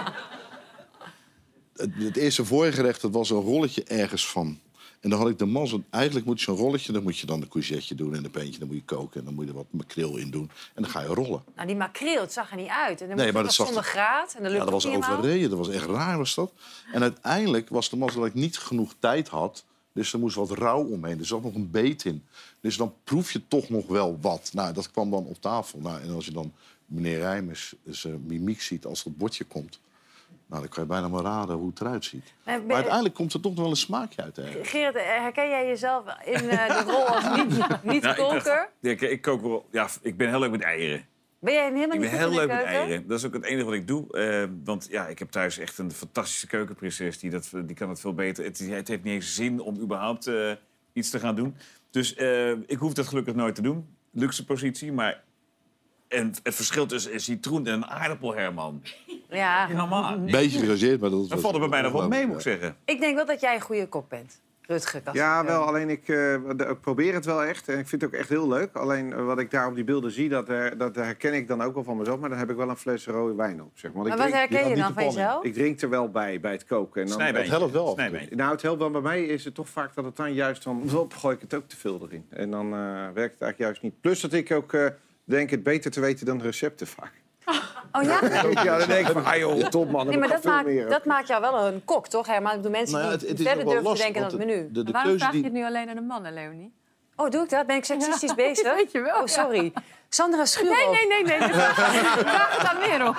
het eerste voorgerecht, dat was een rolletje ergens van. En dan had ik de mazzel. Eigenlijk moet je zo'n rolletje, dan moet je dan een courgette doen en een peentje, dan moet je koken en dan moet je er wat makreel in doen. En dan ga je rollen. Nou, die makreel, het zag er niet uit. En dan Nee, maar dat dat zonder graad. En dat was overreden, dat was echt raar was dat. En uiteindelijk was de mazzel dat ik niet genoeg tijd had. Dus er moest wat rauw omheen. Er zat nog een beet in. Dus dan proef je toch nog wel wat. Nou, dat kwam dan op tafel. Nou, en als je dan meneer Rijmers zijn mimiek ziet als dat bordje komt... Nou, dan kan je bijna maar raden hoe het eruit ziet. Maar uiteindelijk komt er toch nog wel een smaakje uit. Gerard, herken jij jezelf in de rol als niet-koker? Ik kook wel... Ja, ik ben heel leuk met eieren. Ben jij helemaal niet Ik ben goed heel in de leuk met keuken? eieren. Dat is ook het enige wat ik doe. Want ja, ik heb thuis echt een fantastische keukenprinses. Die kan het veel beter. Het heeft niet eens zin om überhaupt iets te gaan doen. Dus ik hoef dat gelukkig nooit te doen. Luxe positie, maar... En het verschil tussen een citroen en een aardappel, Herman. Ja. Normaal. Beetje gegageerd, maar dat... Dan valt er bij mij nog wat mee, moet ik zeggen. Ik denk wel dat jij een goede kok bent. Rutger. Ja, wel. Alleen ik probeer het wel echt. En ik vind het ook echt heel leuk. Alleen wat ik daar op die beelden zie, dat herken ik dan ook wel van mezelf. Maar dan heb ik wel een fles rode wijn op. Zeg maar. Maar wat herken je dan van jezelf? Ik drink er wel bij het koken. En dan, Het helpt wel. Nou, het helpt wel. Bij mij is het toch vaak dat het dan juist van... gooi ik het ook te veel erin. En dan werkt het eigenlijk juist niet. Plus dat ik ook denk het beter te weten dan de recepten vaak. Oh ja? Ja, dan denk ik van, joh, top man. Nee, maar dat maakt jou wel een kok, toch? Herman? Ik bedoel, mensen die verder durven te denken dan het menu. Waarom vraag je het nu alleen aan de mannen, Leonie? Oh, doe ik dat? Ben ik seksistisch bezig? Dat weet je wel. Oh, sorry. Sandra Schuurhoff. Nee. Vraag het aan Merel.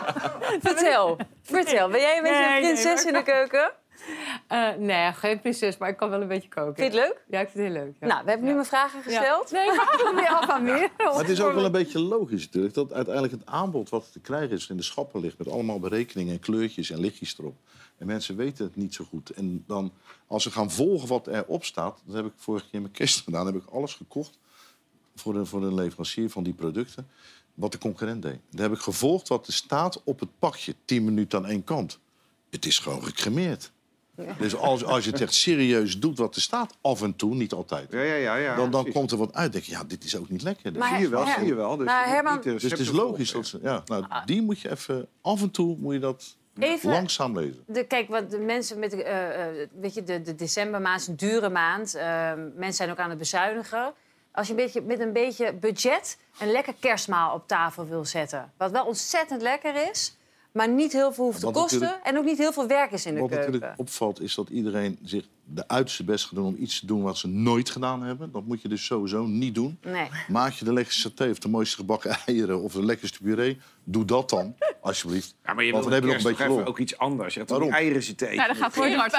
Vertel. Ben jij een beetje een prinses in de keuken? Nee, geen prinses, maar ik kan wel een beetje koken. Vind je het leuk? Ja, ik vind het heel leuk. Ja. Nou, we hebben nu mijn vragen gesteld. Ja. Nee, ik vraag weer af aan Merel. Maar het is ook wel een beetje logisch natuurlijk. Dat uiteindelijk het aanbod wat te krijgen is in de schappen ligt. Met allemaal berekeningen en kleurtjes en lichtjes erop. En mensen weten het niet zo goed. En dan, als ze gaan volgen wat erop staat... Dat heb ik vorige keer in mijn kerst gedaan. Dan heb ik alles gekocht voor een leverancier van die producten. Wat de concurrent deed. Dan heb ik gevolgd wat er staat op het pakje. 10 minuten aan één kant. Het is gewoon gecremeerd. Ja. Dus als je het echt serieus doet wat er staat, af en toe, niet altijd... dan komt er wat uit. Denk je, ja, dit is ook niet lekker. Maar, zie je wel. Dus, Herman, dus het is logisch dat ze... Ja, nou, die moet je even... Af en toe moet je dat langzaam lezen. Kijk, wat de mensen met... weet je, de decembermaand is een dure maand. Mensen zijn ook aan het bezuinigen. Als je met een beetje budget een lekker kerstmaal op tafel wil zetten... wat wel ontzettend lekker is... maar niet heel veel hoeft te kosten en ook niet heel veel werk is in de keuken. Wat natuurlijk opvalt is dat iedereen zich de uiterste best gaat doen... om iets te doen wat ze nooit gedaan hebben. Dat moet je dus sowieso niet doen. Nee. Maak je de lekkerste saté of de mooiste gebakken eieren... of de lekkerste puree, doe dat dan, alsjeblieft. Ja, maar je want dan heb je nog een beetje lol. Ook iets anders. Je hebt toch die eieren zitten Nou, dat gaat voor hard.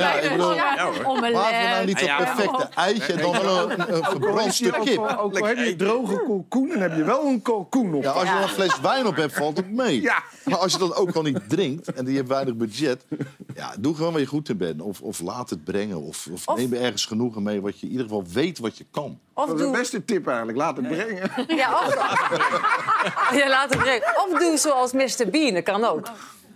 Laat je nou niet dat perfecte eitje en dan wel een verbrand stuk kip. Ook al heb je droge kalkoen, dan heb je wel een kalkoen op. Ja, als je dan een fles wijn op hebt, valt het mee. Ja. Maar als je dat ook al niet drinkt en je hebt weinig budget... ja, doe gewoon waar je goed in bent. Of laat het brengen. Of neem ergens genoegen mee wat je in ieder geval weet wat je kan. Dat is de beste tip eigenlijk. Laat het brengen. Ja, ja, laat het brengen. Of doe zoals Mr. Bean, dat kan ook.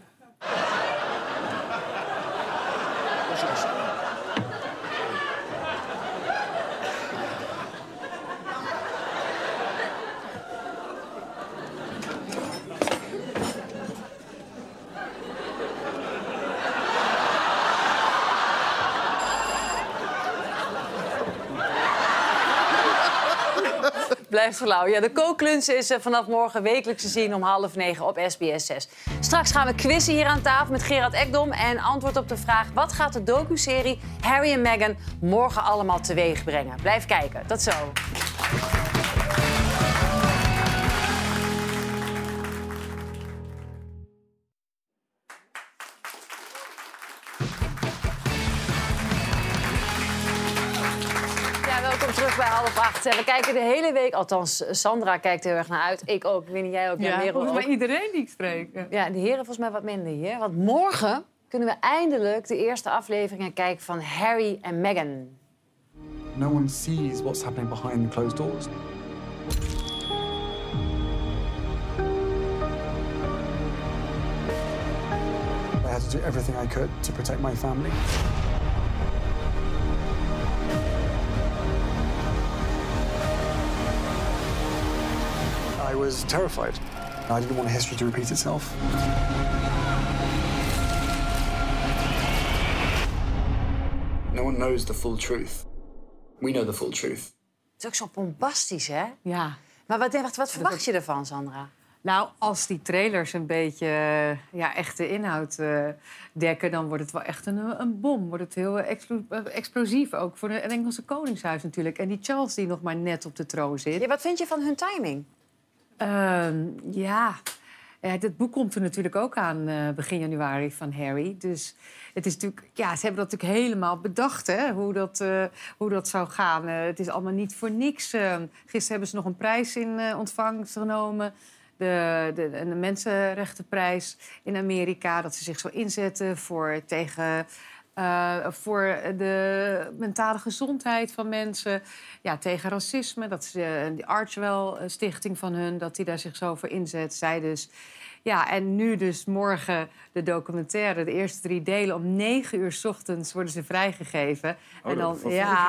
Blijft flauw. Ja, de kooklunch is vanaf morgen wekelijks te zien om 8:30 op SBS 6. Straks gaan we quizzen hier aan tafel met Gerard Ekdom. En antwoord op de vraag: wat gaat de docuserie Harry en Meghan morgen allemaal teweeg brengen? Blijf kijken. Tot zo. Welkom terug bij 7:30. We kijken de hele week, althans Sandra kijkt er heel erg naar uit. Ik ook, ik weet niet, jij ook. Ja, volgens mij iedereen die ik spreek. Ja, de heren volgens mij wat minder hier. Want morgen kunnen we eindelijk de eerste afleveringen kijken van Harry en Meghan. No one sees what's happening behind the closed doors. I had to do everything I could to protect my family. I was terrified. I didn't want history to repeat itself. No one knows the full truth. We know the full truth. Het is ook zo bombastisch, hè? Ja. Maar wat verwacht je ervan, Sandra? Nou, als die trailers een beetje echte inhoud dekken, dan wordt het wel echt een bom. Wordt het heel explosief, ook voor het Engelse Koningshuis natuurlijk. En die Charles die nog maar net op de troon zit. Ja, wat vind je van hun timing? Dit boek komt er natuurlijk ook aan begin januari van Harry. Dus het is natuurlijk, ze hebben dat natuurlijk helemaal bedacht, hè, hoe dat zou gaan. Het is allemaal niet voor niks. Gisteren hebben ze nog een prijs in ontvangst genomen. De Mensenrechtenprijs in Amerika. Dat ze zich zo inzetten voor de mentale gezondheid van mensen. Ja, tegen racisme. Dat ze de Archwell-stichting van hun, dat die daar zich zo voor inzet. Zij dus. Ja, en nu dus morgen de documentaire. De eerste 3 delen. Om 9 uur 's ochtends worden ze vrijgegeven. Oh, en dan,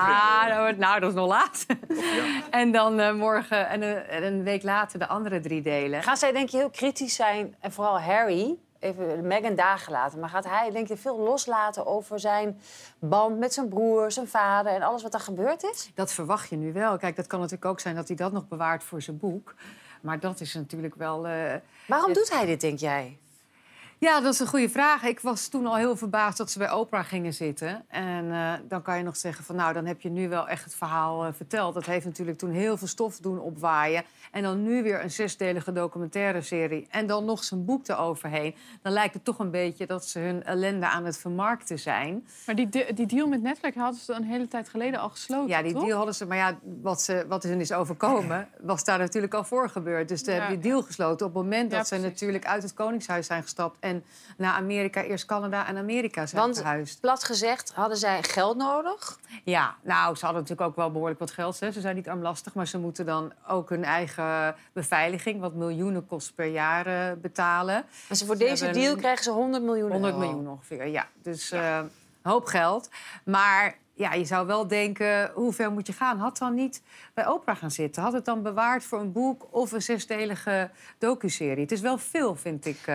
dat is nog laat. Ja. En dan morgen en een week later de andere 3 delen. Gaan zij, denk je, heel kritisch zijn, en vooral Harry, even Meghan daar gelaten, maar gaat hij, denk je, veel loslaten over zijn band met zijn broer, zijn vader en alles wat er gebeurd is? Dat verwacht je nu wel. Kijk, dat kan natuurlijk ook zijn dat hij dat nog bewaart voor zijn boek. Maar dat is natuurlijk wel... Waarom doet hij dit, denk jij? Ja, dat is een goede vraag. Ik was toen al heel verbaasd dat ze bij Oprah gingen zitten. En dan kan je nog zeggen van, nou, dan heb je nu wel echt het verhaal verteld. Dat heeft natuurlijk toen heel veel stof doen opwaaien. En dan nu weer een 6-delige documentaire serie. En dan nog zijn boek eroverheen. Dan lijkt het toch een beetje dat ze hun ellende aan het vermarkten zijn. Maar die deal met Netflix hadden ze een hele tijd geleden al gesloten, Ja, die toch? deal hadden ze. Maar ja, wat hun is overkomen, was daar natuurlijk al voor gebeurd. Dus hebben die deal gesloten op het moment dat ze natuurlijk uit het Koningshuis zijn gestapt. En naar Amerika, eerst Canada en Amerika zijn verhuisd. Plat gezegd, hadden zij geld nodig? Ja, nou, ze hadden natuurlijk ook wel behoorlijk wat geld. Hè. Ze zijn niet armlastig, maar ze moeten dan ook hun eigen beveiliging, wat miljoenen kost per jaar, betalen. En voor deze deal krijgen ze 100 miljoen euro. 100 miljoen ongeveer, ja. Dus een hoop geld. Maar ja, je zou wel denken, hoe ver moet je gaan? Had dan niet bij Oprah gaan zitten? Had het dan bewaard voor een boek of een 6-delige docuserie? Het is wel veel, vind ik.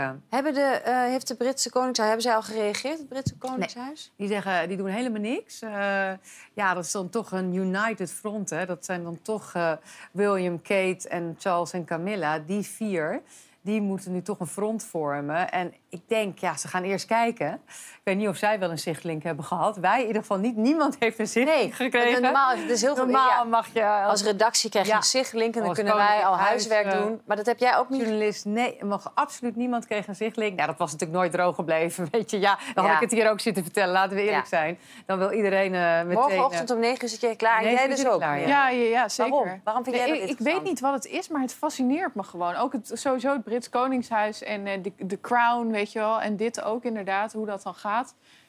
Heeft de Britse Koningshuis, hebben zij al gereageerd, het Britse Koningshuis? Nee, die doen helemaal niks. Ja, dat is dan toch een united front, hè. Dat zijn dan toch William, Kate en Charles en Camilla, die 4... Die moeten nu toch een front vormen. En ik denk, ze gaan eerst kijken. Ik weet niet of zij wel een zichtlink hebben gehad. Wij in ieder geval niet. Niemand heeft een zichtlink gekregen. Normaal, het is heel normaal mag je... Als redactie krijg je een zichtlink en dan kunnen wij al huiswerk doen. Maar dat heb jij ook niet? Journalist, nee, absoluut niemand kreeg een zichtlink. Ja, dat was natuurlijk nooit droog gebleven, weet je. Ja, dan had ik het hier ook zitten vertellen, laten we eerlijk zijn. Dan wil iedereen meteen... Morgenochtend om 9 uur zit je klaar. En jij dus ook? Klaar, ja, zeker. Waarom vind jij dat Ik weet niet wat het is, maar het fascineert me gewoon. Ook sowieso het Brits Koningshuis en de Crown, weet je wel. En dit ook inderdaad, hoe dat dan gaat.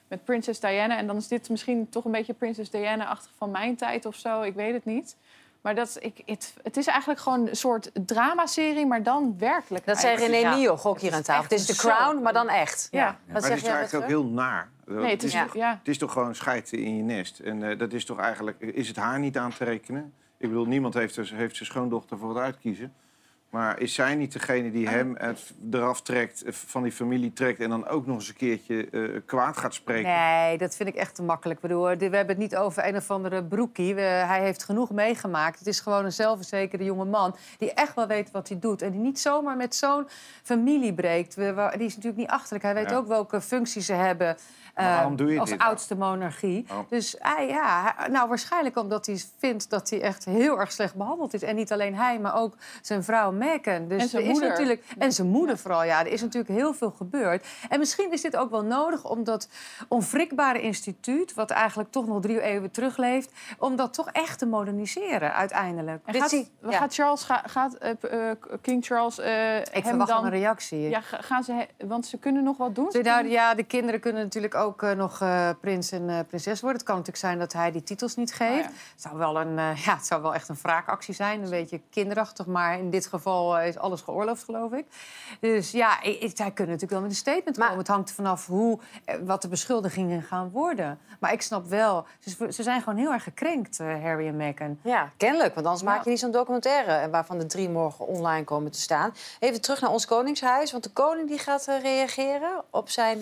met Prinses Diana. En dan is dit misschien toch een beetje Prinses Diana-achtig van mijn tijd of zo. Ik weet het niet. Maar het is eigenlijk gewoon een soort dramaserie, maar dan werkelijk. Dat zei René Nioch ook hier aan tafel. Het is The Crown, maar dan echt. Ja. Maar het is eigenlijk ook heel naar. Nee, het is toch gewoon scheiden in je nest. En dat is toch eigenlijk... Is het haar niet aan te rekenen? Ik bedoel, niemand heeft zijn schoondochter voor het uitkiezen. Maar is zij niet degene die hem eraf trekt, van die familie trekt... en dan ook nog eens een keertje kwaad gaat spreken? Nee, dat vind ik echt te makkelijk. Ik bedoel, we hebben het niet over een of andere broekie. Hij heeft genoeg meegemaakt. Het is gewoon een zelfverzekerde jonge man... die echt wel weet wat hij doet. En die niet zomaar met zo'n familie breekt. Die is natuurlijk niet achterlijk. Hij weet ook welke functies ze hebben... waarom doe je als dit oudste monarchie. Oh. Dus nou, waarschijnlijk omdat hij vindt dat hij echt heel erg slecht behandeld is. En niet alleen hij, maar ook zijn vrouw Meghan. Dus en zijn er is moeder. Natuurlijk, en zijn moeder vooral, ja. Er is natuurlijk heel veel gebeurd. En misschien is dit ook wel nodig om dat onwrikbare instituut... wat eigenlijk toch nog 3 eeuwen terugleeft... om dat toch echt te moderniseren uiteindelijk. En gaat King Charles ik verwacht dan een reactie. Ja, want ze kunnen nog wat doen? De kinderen kunnen natuurlijk ook nog prins en prinses worden. Het kan natuurlijk zijn dat hij die titels niet geeft. Het zou wel echt een wraakactie zijn. Een beetje kinderachtig, maar in dit geval is alles geoorloofd, geloof ik. Dus ja, zij kunnen natuurlijk wel met een statement komen. Het hangt er vanaf wat de beschuldigingen gaan worden. Maar ik snap wel, ze zijn gewoon heel erg gekrenkt, Harry en Meghan. Ja, kennelijk, want anders maak je niet zo'n documentaire... waarvan de 3 morgen online komen te staan. Even terug naar ons koningshuis, want de koning die gaat reageren op zijn...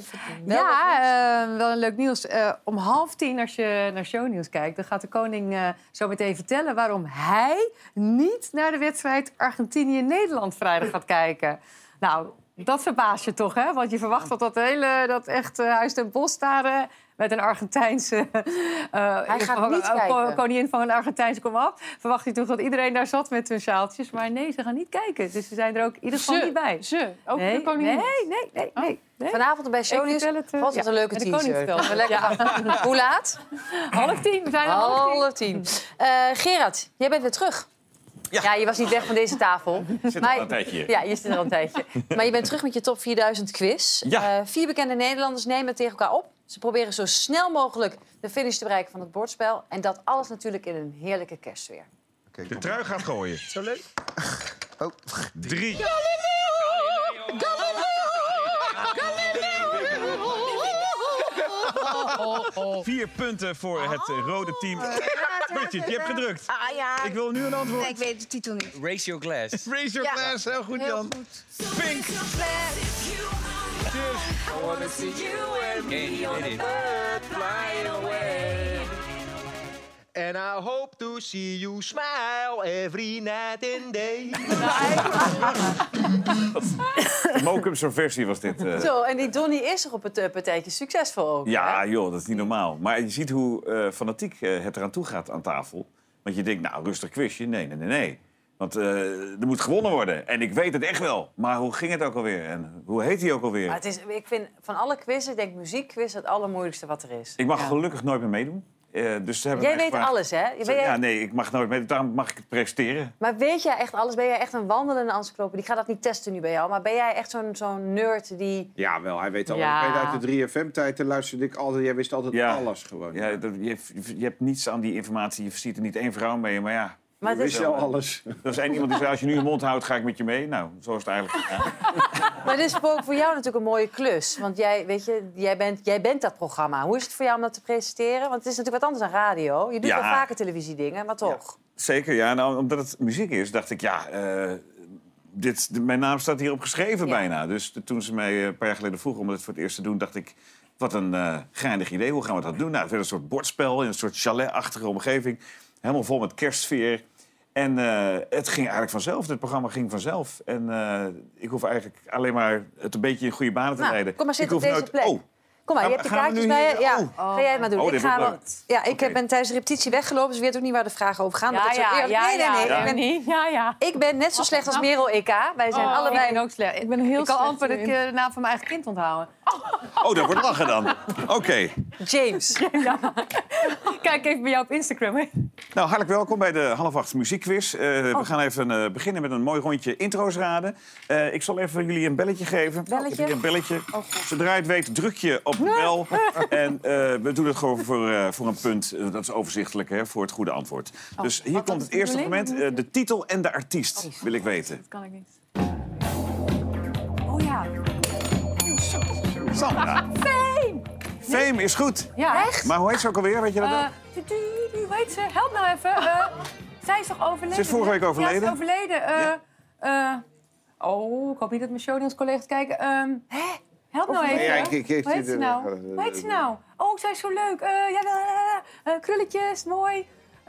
wel een leuk nieuws. Om 9:30, als je naar Shownieuws kijkt... dan gaat de koning zo meteen vertellen waarom hij niet naar de wedstrijd Argentinië-Nederland vrijdag gaat kijken. Nou, dat verbaast je toch, hè? Want je verwacht dat echt Huis ten Bosch daar... met een Argentijnse... hij gaat niet kijken. Koningin van een Argentijnse komaf. Verwacht je toch dat iedereen daar zat met hun sjaaltjes. Maar nee, ze gaan niet kijken. Dus ze zijn er ook in ieder geval niet bij. Ook de koningin? Nee. Vanavond bij Shownieuws. Wat een leuke teaser. Ja. Hoe laat? 9:30. We zijn al 9:30. Gerard, jij bent weer terug. Ja, je was niet weg van deze tafel. Je zit er al een tijdje. Ja, je zit er al een tijdje. Maar je bent terug met je top 4000 quiz. Ja. 4 bekende Nederlanders nemen het tegen elkaar op. Ze proberen zo snel mogelijk de finish te bereiken van het bordspel. En dat alles natuurlijk in een heerlijke kerstsfeer. De trui gaat gooien. Zo leuk. 3. 4 punten voor het rode team. Bridget, je hebt gedrukt. Ik wil nu een antwoord. Nee, ik weet de titel niet. Raise your glass. Raise your glass, heel goed, Jan. Pink. I wanna see you and me on a bird flying away. And I hope to see you smile every night and day. Mokum's versie was dit. Zo, en die Donnie is er op het partijtje succesvol ook. Ja, hè? joh, dat is niet normaal. Maar je ziet hoe fanatiek het eraan toe gaat aan tafel. Want je denkt, nou, rustig quizje. Nee. Want er moet gewonnen worden. En ik weet het echt wel. Maar hoe ging het ook alweer? En hoe heet hij ook alweer? Maar ik vind van alle quizzen, denk muziekquiz het allermoeilijkste wat er is. Ik mag gelukkig nooit meer meedoen. Dus ze hebben jij mij weet gevraagd... alles, hè? Ja, nee, ik mag nooit mee. Daarom mag ik het presenteren. Maar weet jij echt alles? Ben jij echt een wandelende encyclopedie? Ik ga dat niet testen nu bij jou. Maar ben jij echt zo'n nerd die... Ja, wel. Hij weet al. Ja. Ik weet uit de 3FM-tijd luisterde ik altijd. Jij wist altijd alles gewoon. Ja, je hebt niets aan die informatie. Je ziet er niet één vrouw mee, maar ja... Maar je wist al alles. Er is één iemand die zei, als je nu je mond houdt, ga ik met je mee. Nou, zo is het eigenlijk. Ja. Maar dit is voor jou natuurlijk een mooie klus. Want jij bent dat programma. Hoe is het voor jou om dat te presenteren? Want het is natuurlijk wat anders dan radio. Je doet wel vaker televisiedingen, maar toch. Ja, zeker, ja. Nou, omdat het muziek is, dacht ik, mijn naam staat hierop geschreven bijna. Dus toen ze mij een paar jaar geleden vroegen om het voor het eerst te doen, dacht ik, wat een geinig idee. Hoe gaan we dat doen? Nou, het werd een soort bordspel in een soort chalet-achtige omgeving. Helemaal vol met kerstsfeer. En het ging eigenlijk vanzelf. Het programma ging vanzelf. En ik hoef eigenlijk alleen maar het een beetje in goede banen te leiden. Kom maar zitten op deze plek. Kom maar, je hebt de kaartjes bij je. Ja, ga jij het maar doen. Ik ben tijdens de repetitie weggelopen, dus ik weet ook niet waar de vragen over gaan. Ik ben net zo slecht als Merel EK. Wij zijn allebei... Ik ben ook slecht. Ik kan amper de naam van mijn eigen kind onthouden. Oh, dat wordt lachen dan. Oké. James. Ja. Kijk even bij jou op Instagram. Hè. Nou, hartelijk welkom bij de 7:30 muziekquiz. We gaan even beginnen met een mooi rondje intro's raden. Ik zal even jullie een belletje geven. Belletje? Ik heb hier een belletje. Oh, Zodra je het weet, druk je op de bel. En we doen het gewoon voor een punt. Dat is overzichtelijk, hè, voor het goede antwoord. Dus hier komt het eerste moment. De titel en de artiest wil ik weten. Dat kan ik niet. Oh ja. Sandra. Fame! Fame is goed. Ja, echt? Maar hoe heet ze ook alweer? Weet je dat ook? Hoe heet ze? Help nou even. Zij is toch overleden? Ze is vorige week overleden. Ja, ze is overleden. Ik hoop niet dat mijn showdeals collega's kijken. Help nou even. Ja, Hoe heet ze nou? Hoe heet ze nou? Oh, zij is zo leuk. Krulletjes, mooi.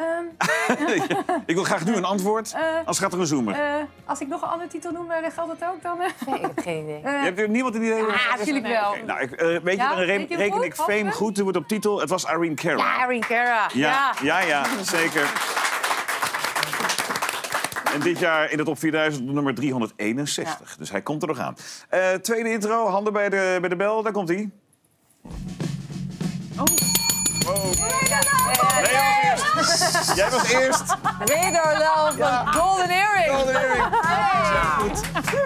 Ik wil graag nu een antwoord, anders gaat er een zoomer. Als ik nog een andere titel noem, geldt dat ook dan? Ik heb geen idee. Je hebt er niemand een idee? Ja, natuurlijk wel. Okay, nou, weet je, dan reken ik Fame goed. Doe het op titel. Het was Irene Cara. Ja, Irene Cara. Ja, zeker. En dit jaar in de top 4000 nummer 361. Dus hij komt er nog aan. Tweede intro, handen bij de bel. Daar komt hij. Wow. Nee, jij was eerst. Wederom van Golden Earring. Golden Earring. Goed.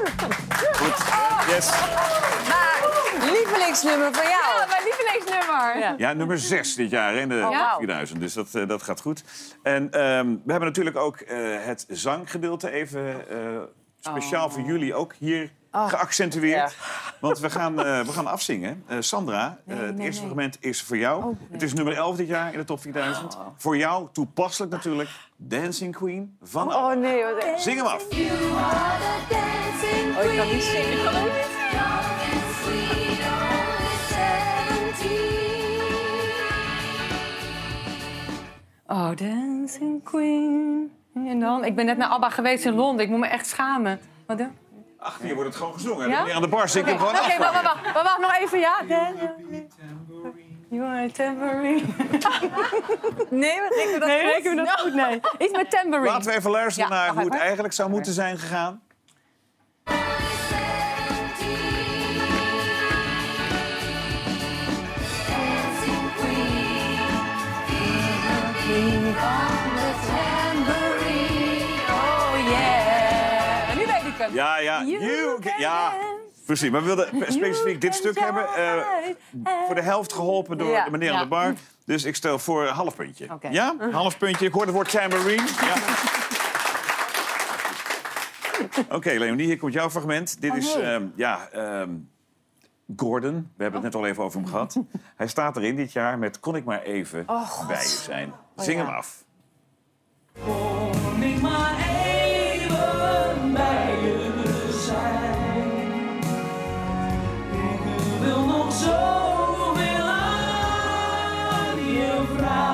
Yes. Maar lievelingsnummer van jou. Ja, mijn lievelingsnummer. Ja, nummer 6 dit jaar in de top 4000. Dus dat gaat goed. En we hebben natuurlijk ook het zanggedeelte even speciaal voor jullie ook hier geaccentueerd. Ja. Want we gaan afzingen. Sandra, het eerste fragment is voor jou. Het is nummer 11 dit jaar in de top 4000. Voor jou toepasselijk natuurlijk Dancing Queen van... Oh nee, wat echt. Zing hem af. Oh, ik kan niet zingen. Ik kan ook niet. Oh, Dancing Queen. En dan? Ik ben net naar ABBA geweest in Londen. Ik moet me echt schamen. Wat doen? Ach, hier wordt het gewoon gezongen. Ja? Hier aan de bar zing ik hem gewoon af. Oké, wacht nog even, ja. You are a tambourine. Nee, we rekenen dat goed. Rekenen we dat goed? Nee. Iets met tambourine. Laten we even luisteren naar hoe het eigenlijk zou moeten zijn gegaan. Ja. Precies. Maar we wilden specifiek dit stuk hebben. Voor de helft geholpen door de meneer aan de bar. Dus ik stel voor een half puntje. Okay. Ja? Een half puntje. Ik hoor het woord tambourine. Ja. Oké, Leonie, hier komt jouw fragment. Dit is Gordon. We hebben het net al even over hem gehad. Hij staat erin dit jaar met Kon ik maar even bij je zijn. Zing hem af. Kon ik maar even bij je zijn. Ik wil nog zoveel aan je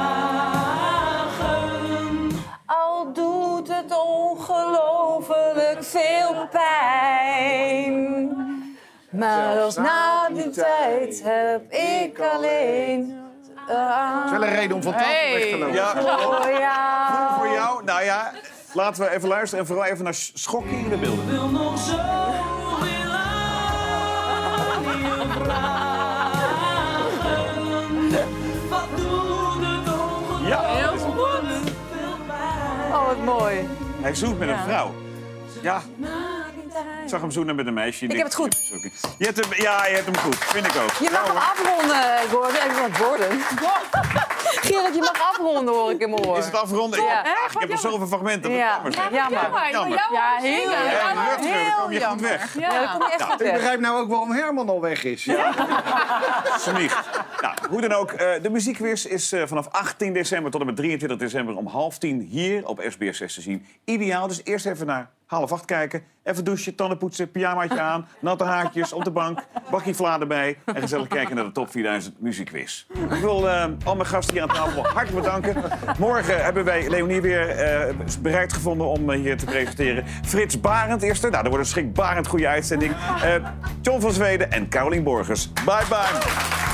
vragen. Al doet het ongelooflijk veel pijn. Maar als na die tijd heb ik alleen... Het is wel een reden om van tafel weg te lopen. Ja. Voor jou? Nou ja, laten we even luisteren en vooral even naar schokkende beelden. Ik wil nog zo veel aan je vragen. Wat doet het ongelooflijk veel pijn. Oh, wat mooi. Hij zoent met een vrouw. Ja. Ik zag hem zoenen met een meisje. Ik heb het goed. Je hebt hem goed. Vind ik ook. Je mag hem afronden, Gordon. Gerrit, je mag afronden, hoor ik in mijn oor. Is het afronden? Ja. Ik heb nog zoveel fragmenten. Jammer. Ja, heel jammer. Dan kom je goed weg. Ja, dan kom je echt goed weg. Ik begrijp nou ook waarom Herman al weg is. Vernicht. Nou, hoe dan ook, de muziekquiz is vanaf 18 december tot en met 23 december om 9:30 hier op SBS 6 te zien. Ideaal, dus eerst even naar 7:30 kijken. Even douchen, tanden poetsen, pyjamaatje aan, natte haartjes op de bank, bakje vla erbij en gezellig kijken naar de top 4000 muziekquiz. Ik wil al mijn gasten hier aan tafel hartelijk bedanken. Morgen hebben wij Leonie weer bereid gevonden om hier te presenteren. Frits Barend eerst. Nou, dat wordt een schrikbarend goede uitzending. John van Zweden en Carolien Borgers. Bye bye.